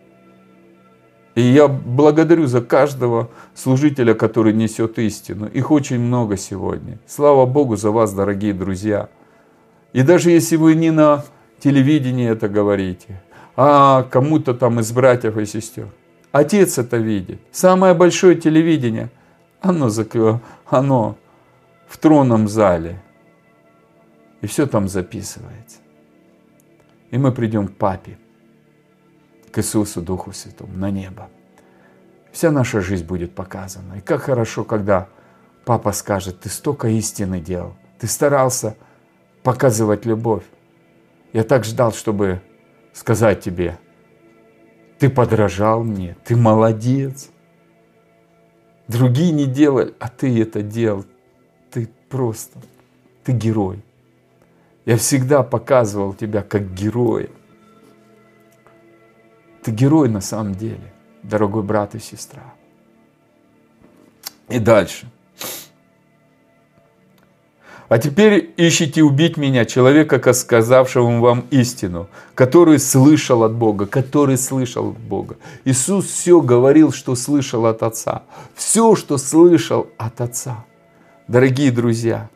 И я благодарю за каждого служителя, который несет истину. Их очень много сегодня. Слава Богу за вас, дорогие друзья. И даже если вы не на телевидении это говорите, а кому-то там из братьев и сестер, Отец это видит. Самое большое телевидение, оно, оно в тронном зале. И все там записывается. И мы придем к Папе, к Иисусу, Духу Святому, на небо. Вся наша жизнь будет показана. И как хорошо, когда Папа скажет, ты столько истины делал, ты старался показывать любовь. Я так ждал, чтобы сказать тебе, ты подражал мне, ты молодец. Другие не делали, а ты это делал. Ты просто, ты герой. Я всегда показывал тебя как героя. Ты герой на самом деле, дорогой брат и сестра. И дальше. А теперь ищите убить меня, человека, сказавшего вам истину, который слышал от Бога, который слышал от Бога. Иисус все говорил, что слышал от Отца. Все, что слышал от Отца. Дорогие друзья,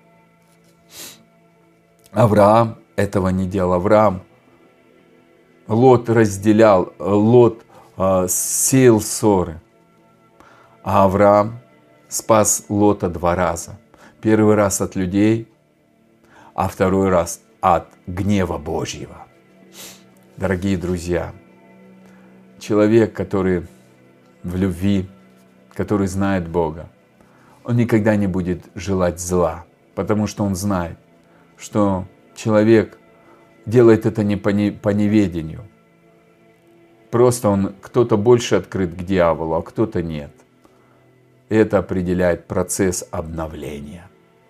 Авраам этого не делал. Авраам, Лот разделял, Лот э, сеял ссоры. А Авраам спас Лота два раза. Первый раз от людей, а второй раз от гнева Божьего. Дорогие друзья, человек, который в любви, который знает Бога, он никогда не будет желать зла, потому что он знает, что человек делает это не по, не по неведению. Просто он, кто-то больше открыт к дьяволу, а кто-то нет. Это определяет процесс обновления.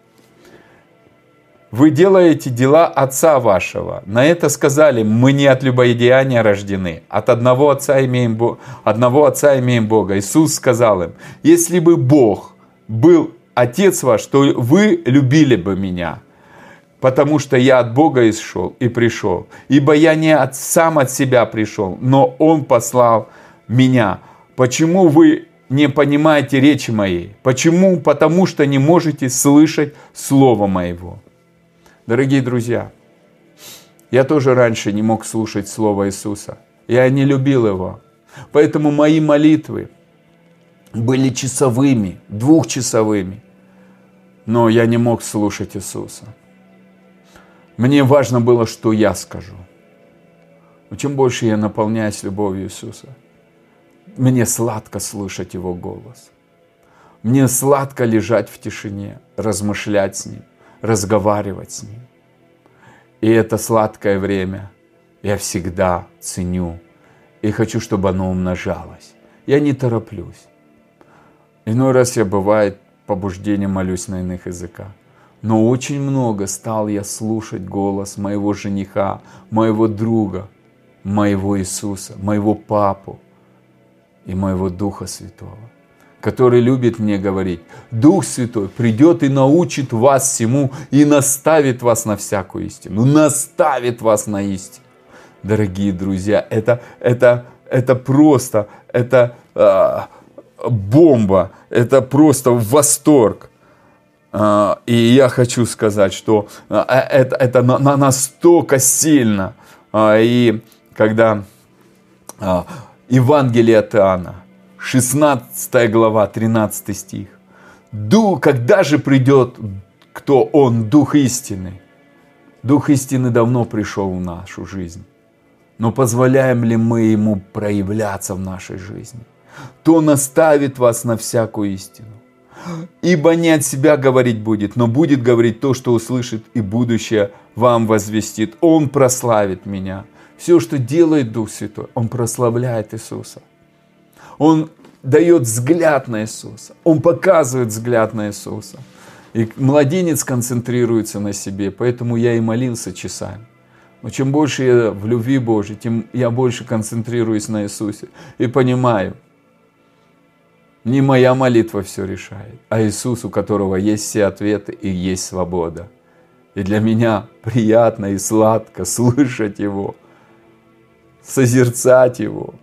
Вы делаете дела Отца вашего. На это сказали: мы не от любодеяния рождены, от одного Отца имеем, Бо... одного Отца имеем Бога. Иисус сказал им: если бы Бог был Отец ваш, то вы любили бы меня, потому что я от Бога исшел и пришел. Ибо я не от, сам от себя пришел, но Он послал меня. Почему вы не понимаете речи моей? Почему? Потому что не можете слышать Слова моего. Дорогие друзья, я тоже раньше не мог слушать Слово Иисуса. Я не любил Его. Поэтому мои молитвы были часовыми, двухчасовыми. Но я не мог слушать Иисуса. Мне важно было, что я скажу. Но чем больше я наполняюсь любовью Иисуса, мне сладко слышать Его голос. Мне сладко лежать в тишине, размышлять с Ним, разговаривать с Ним. И это сладкое время я всегда ценю и хочу, чтобы оно умножалось. Я не тороплюсь. Иной раз я, бывает, побуждение молюсь на иных языках. Но очень много стал я слушать голос моего жениха, моего друга, моего Иисуса, моего Папу и моего Духа Святого, который любит мне говорить: Дух Святой придет и научит вас всему, и наставит вас на всякую истину, наставит вас на истину. Дорогие друзья, это, это, это просто, это э, бомба, это просто восторг. Э, и я хочу сказать, что э, это, это на, на настолько сильно. Э, и когда э, Евангелие от Иоанна, шестнадцатая глава, тринадцатый стих. Дух, когда же придет, кто Он, Дух истины? Дух истины давно пришел в нашу жизнь. Но позволяем ли мы Ему проявляться в нашей жизни? То наставит вас на всякую истину. Ибо не от себя говорить будет, но будет говорить то, что услышит, и будущее вам возвестит. Он прославит меня. Все, что делает Дух Святой, Он прославляет Иисуса. Он дает взгляд на Иисуса. Он показывает взгляд на Иисуса. И младенец концентрируется на себе. Поэтому я и молился часами. Но чем больше я в любви Божьей, тем я больше концентрируюсь на Иисусе. И понимаю, не моя молитва все решает, а Иисус, у которого есть все ответы и есть свобода. И для меня приятно и сладко слышать Его, созерцать Его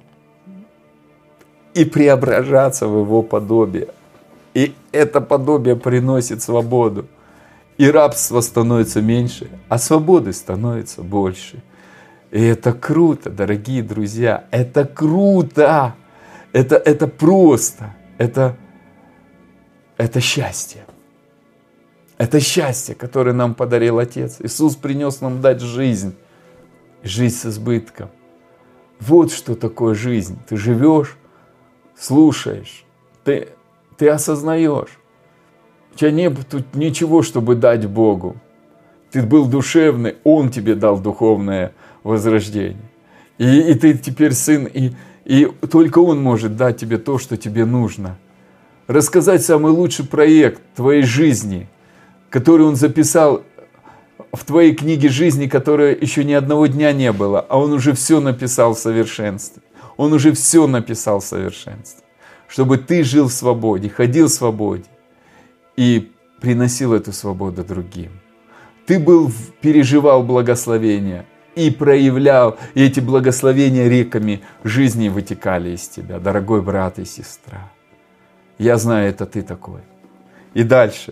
и преображаться в Его подобие. И это подобие приносит свободу. И рабство становится меньше, а свободы становится больше. И это круто, дорогие друзья. Это круто. Это, это просто. Это, это счастье. Это счастье, которое нам подарил Отец. Иисус принес нам дать жизнь. Жизнь с избытком. Вот что такое жизнь. Ты живешь, слушаешь, ты, ты осознаешь. У тебя нет тут ничего, чтобы дать Богу. Ты был душевный, Он тебе дал духовное возрождение. И, и ты теперь сын, и, и только Он может дать тебе то, что тебе нужно. Рассказать самый лучший проект твоей жизни, который Он записал в твоей книге жизни, которая еще ни одного дня не было, а Он уже все написал в совершенстве. Он уже все написал в совершенстве. Чтобы ты жил в свободе, ходил в свободе и приносил эту свободу другим. Ты был, переживал благословения и проявлял, и эти благословения реками жизни вытекали из тебя, дорогой брат и сестра. Я знаю, это ты такой. И дальше.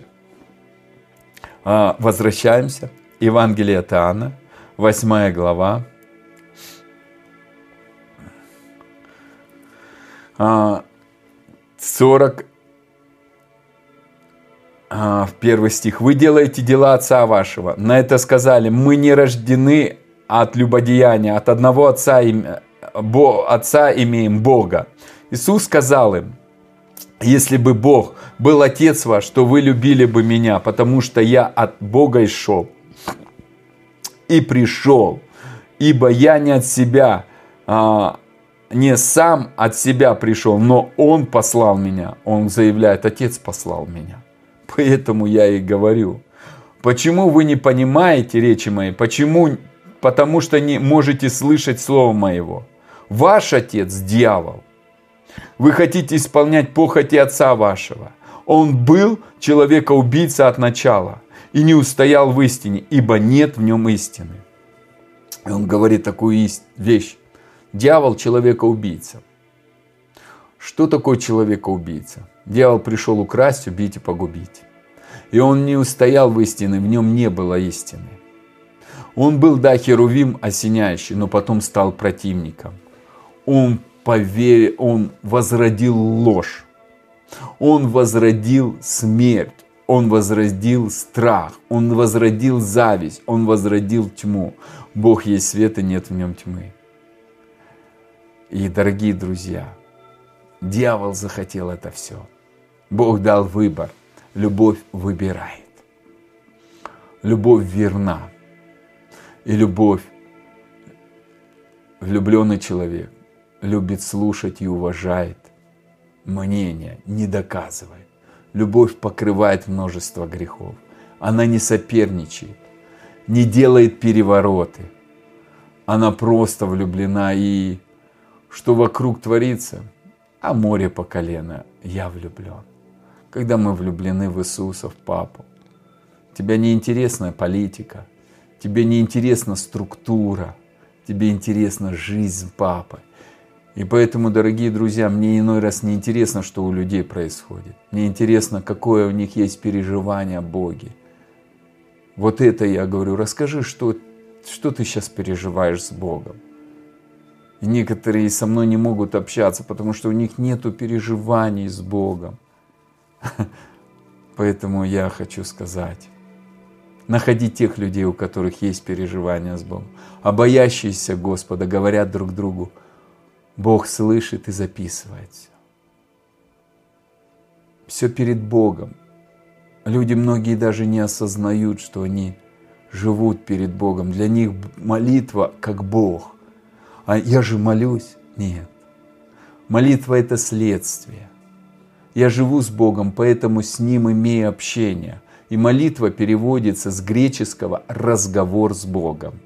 Возвращаемся. Евангелие от Иоанна, восьмая глава. сорок в первый стих. Вы делаете дела Отца вашего. На это сказали: мы не рождены от любодеяния, от одного Отца, Отца имеем Бога. Иисус сказал им: если бы Бог был Отец ваш, то вы любили бы меня, потому что я от Бога и шел. И пришел, ибо я не от себя, а, не сам от себя пришел, но Он послал меня. Он заявляет, Отец послал меня. Поэтому я и говорю. Почему вы не понимаете речи моей? Почему? Потому что не можете слышать слова моего. Ваш отец – дьявол. Вы хотите исполнять похоти отца вашего. Он был человека-убийца от начала и не устоял в истине, ибо нет в нем истины. И он говорит такую вещь. Дьявол – человека-убийца. Что такое человека-убийца? Дьявол пришел украсть, убить и погубить. И он не устоял в истине, в нем не было истины. Он был, да, херувим осеняющий, но потом стал противником. Он поверил, он возродил ложь. Он возродил смерть. Он возродил страх. Он возродил зависть. Он возродил тьму. Бог есть свет, и нет в нем тьмы. И, дорогие друзья, дьявол захотел это все. Бог дал выбор. Любовь выбирает. Любовь верна. И любовь, влюбленный человек, любит слушать и уважает мнение, не доказывает. Любовь покрывает множество грехов. Она не соперничает, не делает перевороты. Она просто влюблена, и что вокруг творится, а море по колено, я влюблен. Когда мы влюблены в Иисуса, в Папу, тебе не интересна политика, тебе не интересна структура, тебе интересна жизнь Папы. И поэтому, дорогие друзья, мне иной раз не интересно, что у людей происходит. Мне интересно, какое у них есть переживание о Боге. Вот это я говорю, расскажи, что, что ты сейчас переживаешь с Богом. И некоторые со мной не могут общаться, потому что у них нету переживаний с Богом. Поэтому я хочу сказать, находи тех людей, у которых есть переживания с Богом. А боящиеся Господа говорят друг другу, Бог слышит и записывает все. Все перед Богом. Люди многие даже не осознают, что они живут перед Богом. Для них молитва как Бог. А я же молюсь? Нет. Молитва – это следствие. Я живу с Богом, поэтому с Ним имею общение. И молитва переводится с греческого «разговор с Богом».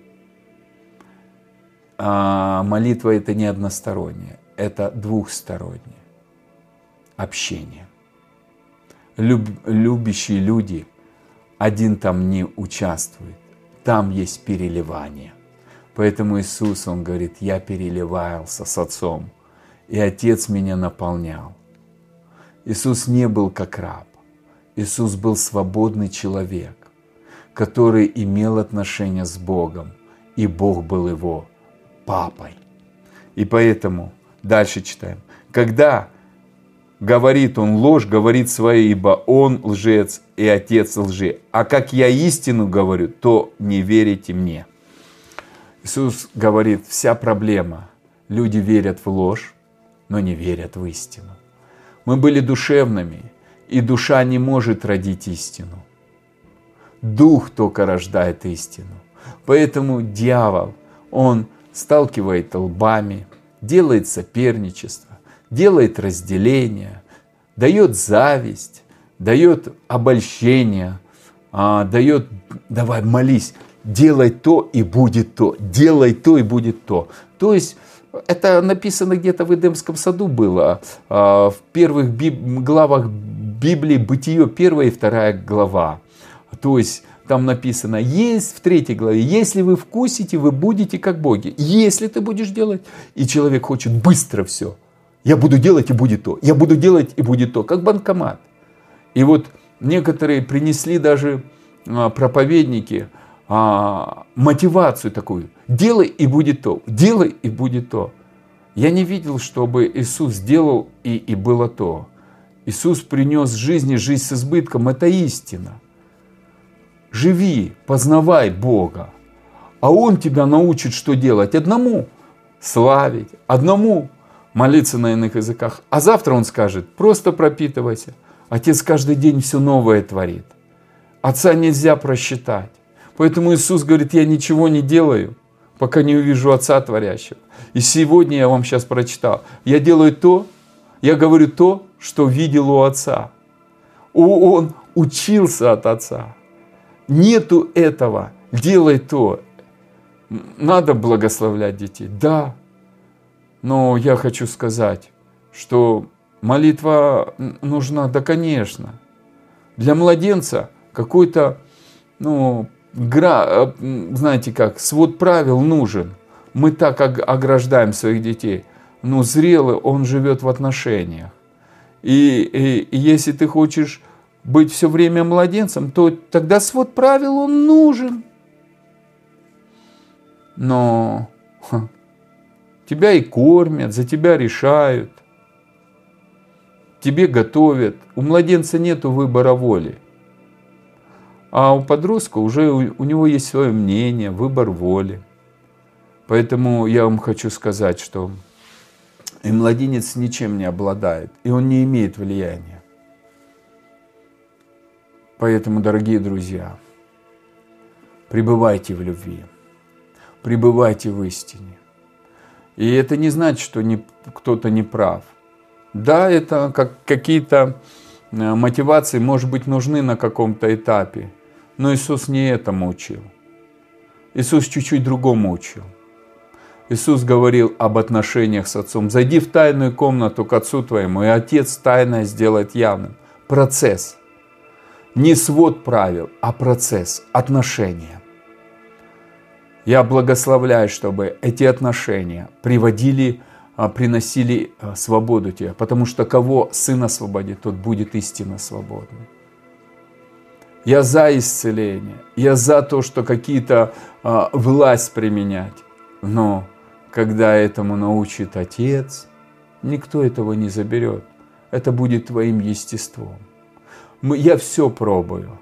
А молитва – это не одностороннее, это двухстороннее общение. Люб, любящие люди, один там не участвует, там есть переливание. Поэтому Иисус, Он говорит, я переливался с Отцом, и Отец меня наполнял. Иисус не был как раб, Иисус был свободный человек, который имел отношение с Богом, и Бог был его Папой. И поэтому, дальше читаем, когда говорит он ложь, говорит свое, ибо он лжец и отец лжи. А как я истину говорю, то не верите мне. Иисус говорит, вся проблема. Люди верят в ложь, но не верят в истину. Мы были душевными, и душа не может родить истину. Дух только рождает истину. Поэтому дьявол, он сталкивает лбами, делает соперничество, делает разделение, дает зависть, дает обольщение, дает, давай молись, делай то и будет то, делай то и будет то. То есть это написано где-то в Эдемском саду было, в первых главах Библии, Бытие, первая и вторая глава. То есть там написано, есть в третьей главе, если вы вкусите, вы будете как боги. Если ты будешь делать, и человек хочет быстро все. Я буду делать, и будет то. Я буду делать, и будет то. Как банкомат. И вот некоторые принесли даже а, проповедники а, мотивацию такую. Делай, и будет то. Делай, и будет то. Я не видел, чтобы Иисус сделал, и, и было то. Иисус принес жизни жизнь с избытком. Это истина. Живи, познавай Бога, а Он тебя научит, что делать. Одному славить, одному молиться на иных языках, а завтра Он скажет, просто пропитывайся. Отец каждый день все новое творит. Отца нельзя просчитать. Поэтому Иисус говорит, я ничего не делаю, пока не увижу Отца Творящего. И сегодня я вам сейчас прочитал. Я делаю то, я говорю то, что видел у Отца. Он учился от Отца. Нету этого. Делай то. Надо благословлять детей. Да. Но я хочу сказать, что молитва нужна, да, конечно. Для младенца какой-то, ну, гра, знаете как, свод правил нужен. Мы так ограждаем своих детей. Но зрелый, он живет в отношениях. И, и, и если ты хочешь быть все время младенцем, то тогда свод правил, он нужен. Но ха, тебя и кормят, за тебя решают, тебе готовят. У младенца нет выбора воли. А у подростка уже у, у него есть свое мнение, выбор воли. Поэтому я вам хочу сказать, что и младенец ничем не обладает, и он не имеет влияния. Поэтому, дорогие друзья, пребывайте в любви, пребывайте в истине. И это не значит, что не, кто-то не прав. Да, это как какие-то мотивации, может быть, нужны на каком-то этапе, но Иисус не этому учил. Иисус чуть-чуть другому учил. Иисус говорил об отношениях с Отцом. Зайди в тайную комнату к Отцу твоему, и Отец тайное сделает явным. Процесс. Не свод правил, а процесс, отношения. Я благословляю, чтобы эти отношения приводили, приносили свободу тебе. Потому что кого Сын освободит, тот будет истинно свободным. Я за исцеление. Я за то, что какие-то а, власть применять. Но когда этому научит Отец, никто этого не заберет. Это будет твоим естеством. Я все пробую,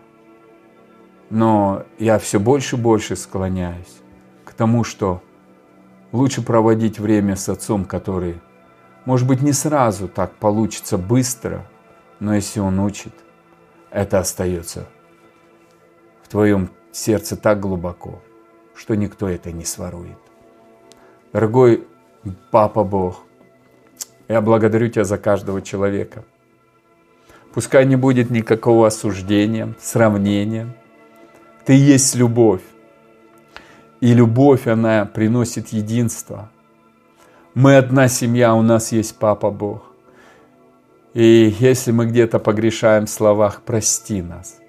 но я все больше и больше склоняюсь к тому, что лучше проводить время с Отцом, который, может быть, не сразу так получится быстро, но если Он учит, это остается в твоем сердце так глубоко, что никто это не сворует. Дорогой Папа Бог, я благодарю Тебя за каждого человека. Пускай не будет никакого осуждения, сравнения. Ты есть любовь. И любовь, она приносит единство. Мы одна семья, у нас есть Папа Бог. И если мы где-то погрешаем в словах, прости нас.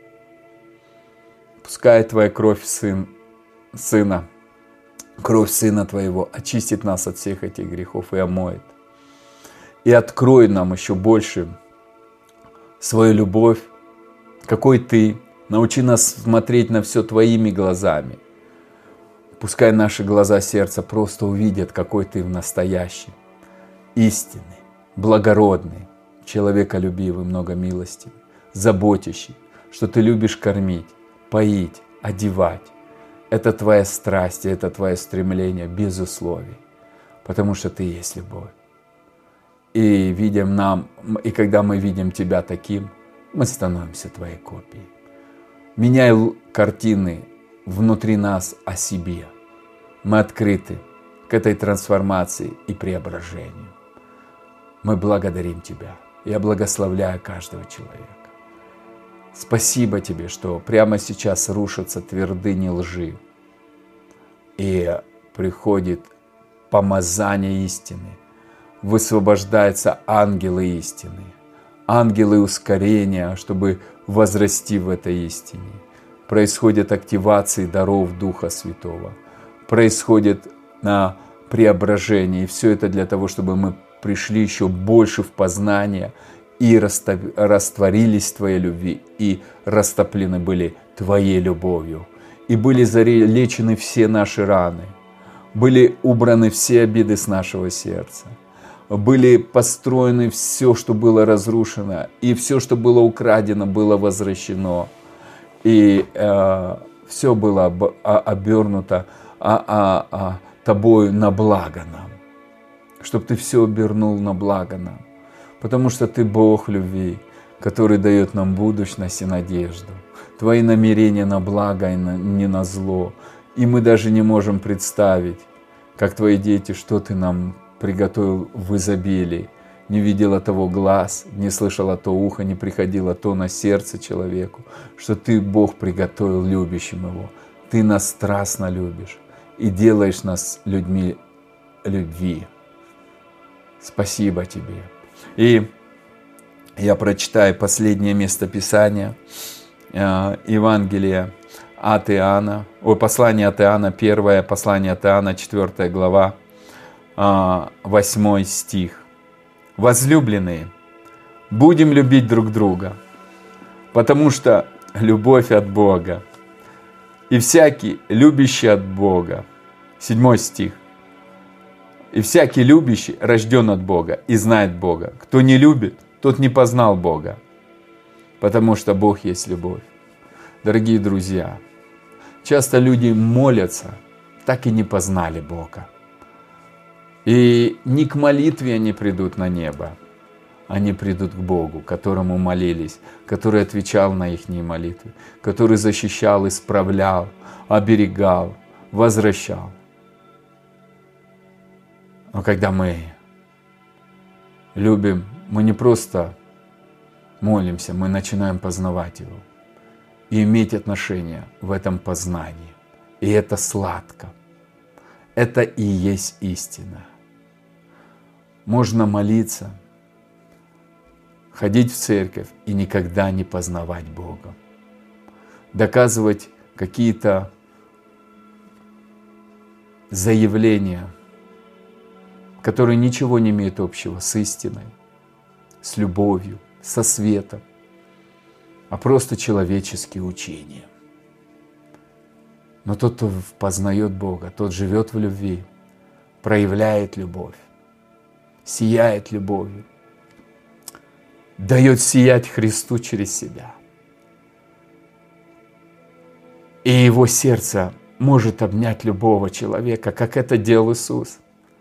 Пускай Твоя кровь сын, Сына, кровь Сына Твоего очистит нас от всех этих грехов и омоет. И открой нам еще больше свою любовь, какой Ты. Научи нас смотреть на все Твоими глазами. Пускай наши глаза сердца просто увидят, какой Ты в настоящем. Истинный, благородный, человеколюбивый, многомилостивый, заботящий, что Ты любишь кормить, поить, одевать. Это Твоя страсть, это Твое стремление, без условий, потому что Ты есть любовь. И видим нам, и когда мы видим Тебя таким, мы становимся Твоей копией. Меняй картины внутри нас о себе. Мы открыты к этой трансформации и преображению. Мы благодарим Тебя. Я благословляю каждого человека. Спасибо Тебе, что прямо сейчас рушатся твердыни лжи и приходит помазание истины. Высвобождаются ангелы истины, ангелы ускорения, чтобы возрасти в этой истине. Происходят активации даров Духа Святого, происходит на преображение. И все это для того, чтобы мы пришли еще больше в познание и растворились в Твоей любви, и растоплены были Твоей любовью, и были залечены все наши раны, были убраны все обиды с нашего сердца. Были построены все, что было разрушено, и все, что было украдено, было возвращено. И э, все было об, а, обернуто а, а, а, Тобою на благо нам. Чтобы Ты все обернул на благо нам. Потому что Ты Бог любви, который дает нам будущность и надежду. Твои намерения на благо и на, не на зло. И мы даже не можем представить, как Твои дети, что Ты нам приготовил в изобилии. Не видела того глаз, не слышала то ухо, не приходило то на сердце человеку, что Ты, Бог, приготовил любящим Его. Ты нас страстно любишь и делаешь нас людьми любви. Спасибо Тебе. И я прочитаю последнее местописание Евангелия от Иоанна, ой, послание от Иоанна, первое послание от Иоанна, четвёртая глава, восьмой стих. Возлюбленные, будем любить друг друга, потому что любовь от Бога. И всякий, любящий от Бога, седьмой стих. И всякий любящий рожден от Бога и знает Бога. Кто не любит, тот не познал Бога, потому что Бог есть любовь. Дорогие друзья, часто люди молятся, так и не познали Бога. И не к молитве они придут на небо, они придут к Богу, которому молились, который отвечал на их молитвы, который защищал, исправлял, оберегал, возвращал. Но когда мы любим, мы не просто молимся, мы начинаем познавать Его и иметь отношения в этом познании. И это сладко. Это и есть истина. Можно молиться, ходить в церковь и никогда не познавать Бога. Доказывать какие-то заявления, которые ничего не имеют общего с истиной, с любовью, со светом, а просто человеческие учения. Но тот, кто познает Бога, тот живет в любви, проявляет любовь, сияет любовью, дает сиять Христу через себя. И его сердце может обнять любого человека, как это делал Иисус.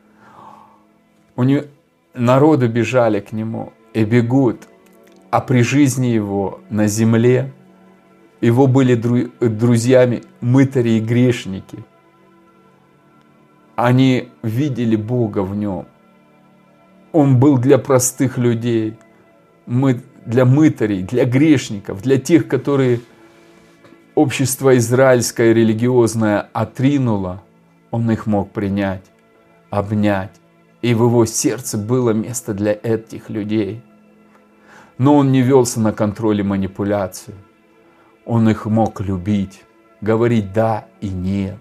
У него народы бежали к Нему и бегут, а при жизни Его на земле Его были друзьями мытари и грешники. Они видели Бога в Нем. Он был для простых людей, для мытарей, для грешников, для тех, которые общество израильское религиозное отринуло. Он их мог принять, обнять. И в его сердце было место для этих людей. Но он не велся на контроль и манипуляцию. Он их мог любить, говорить «да» и «нет».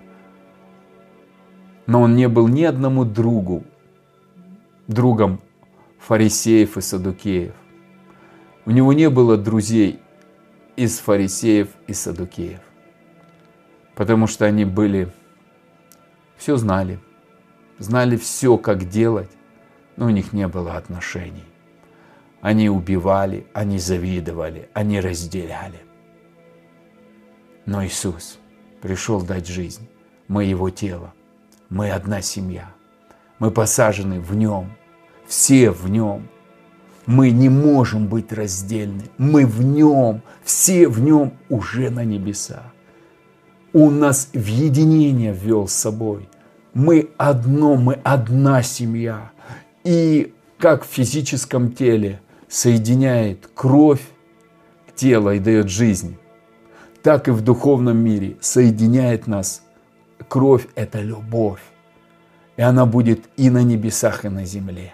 Но он не был ни одному другу, другом фарисеев и саддукеев. У него не было друзей из фарисеев и саддукеев, потому что они были, все знали, знали все, как делать, но у них не было отношений. Они убивали, они завидовали, они разделяли. Но Иисус пришел дать жизнь. Мы Его тело, мы одна семья, мы посажены в Нем, все в Нем. Мы не можем быть раздельны, мы в Нем, все в Нем уже на небеса. Он нас в единение ввел с собой. Мы одно, мы одна семья. И как в физическом теле соединяет кровь тело и дает жизнь, так и в духовном мире соединяет нас кровь – это любовь. И она будет и на небесах, и на земле.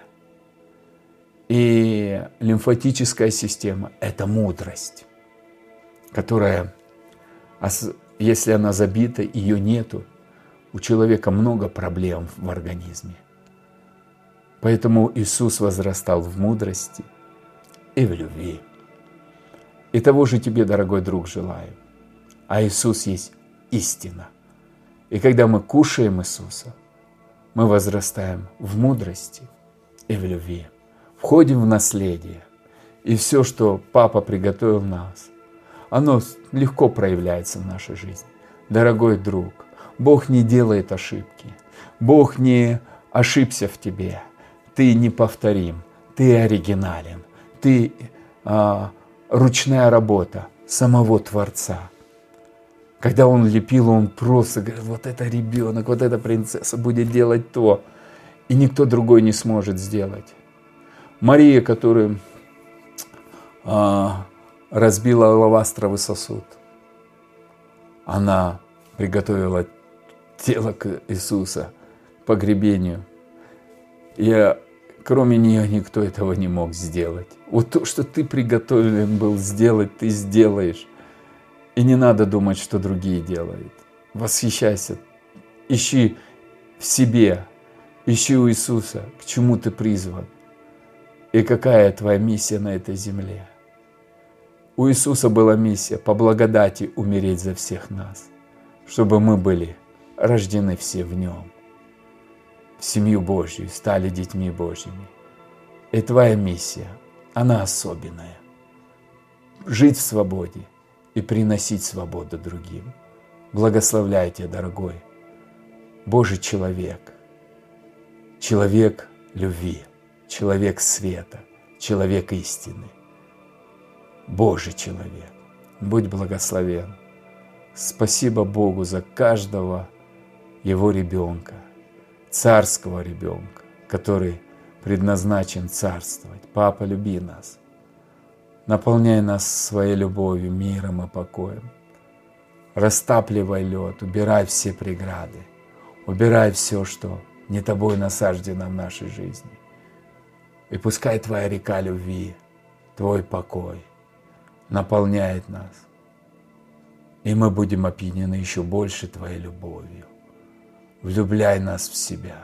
И лимфатическая система – это мудрость, которая, если она забита, ее нету, у человека много проблем в организме. Поэтому Иисус возрастал в мудрости и в любви. И того же тебе, дорогой друг, желаю. А Иисус есть истина. И когда мы кушаем Иисуса, мы возрастаем в мудрости и в любви. Входим в наследие. И все, что Папа приготовил нас, оно легко проявляется в нашей жизни. Дорогой друг, Бог не делает ошибки. Бог не ошибся в тебе. Ты неповторим, ты оригинален, ты а, ручная работа самого Творца. Когда он лепил, он просто говорит, вот это ребенок, вот эта принцесса будет делать то, и никто другой не сможет сделать. Мария, которая а, разбила алавастровый сосуд, она приготовила тело Иисуса к погребению. И кроме нее никто этого не мог сделать. Вот то, что ты приготовлен был сделать, ты сделаешь. И не надо думать, что другие делают. Восхищайся. Ищи в себе, ищи у Иисуса, к чему ты призван. И какая твоя миссия на этой земле. У Иисуса была миссия по благодати умереть за всех нас, чтобы мы были рождены все в Нем, в семью Божью, стали детьми Божьими. И твоя миссия, она особенная. Жить в свободе и приносить свободу другим. Благословляю тебя, дорогой Божий человек, человек любви, человек света, человек истины, Божий человек. Будь благословен. Спасибо Богу за каждого Его ребенка, царского ребенка, который предназначен царствовать. Папа, люби нас. Наполняй нас своей любовью, миром и покоем. Растапливай лед, убирай все преграды, убирай все, что не тобой насаждено в нашей жизни. И пускай твоя река любви, твой покой наполняет нас. И мы будем опьянены еще больше твоей любовью. Влюбляй нас в себя.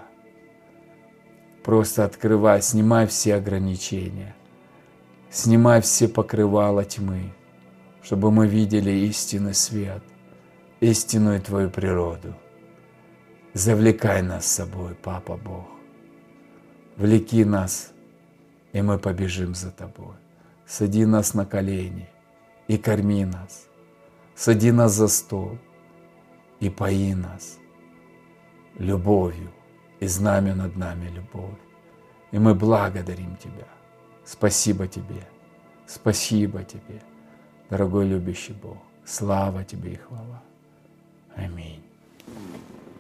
Просто открывай, снимай все ограничения. Снимай все покрывала тьмы, чтобы мы видели истинный свет, истинную Твою природу. Завлекай нас с собой, Папа Бог. Влеки нас, и мы побежим за Тобой. Сади нас на колени и корми нас. Сади нас за стол и пои нас любовью, и знамя над нами любовь. И мы благодарим Тебя. Спасибо Тебе, спасибо Тебе, дорогой любящий Бог. Слава Тебе и хвала. Аминь.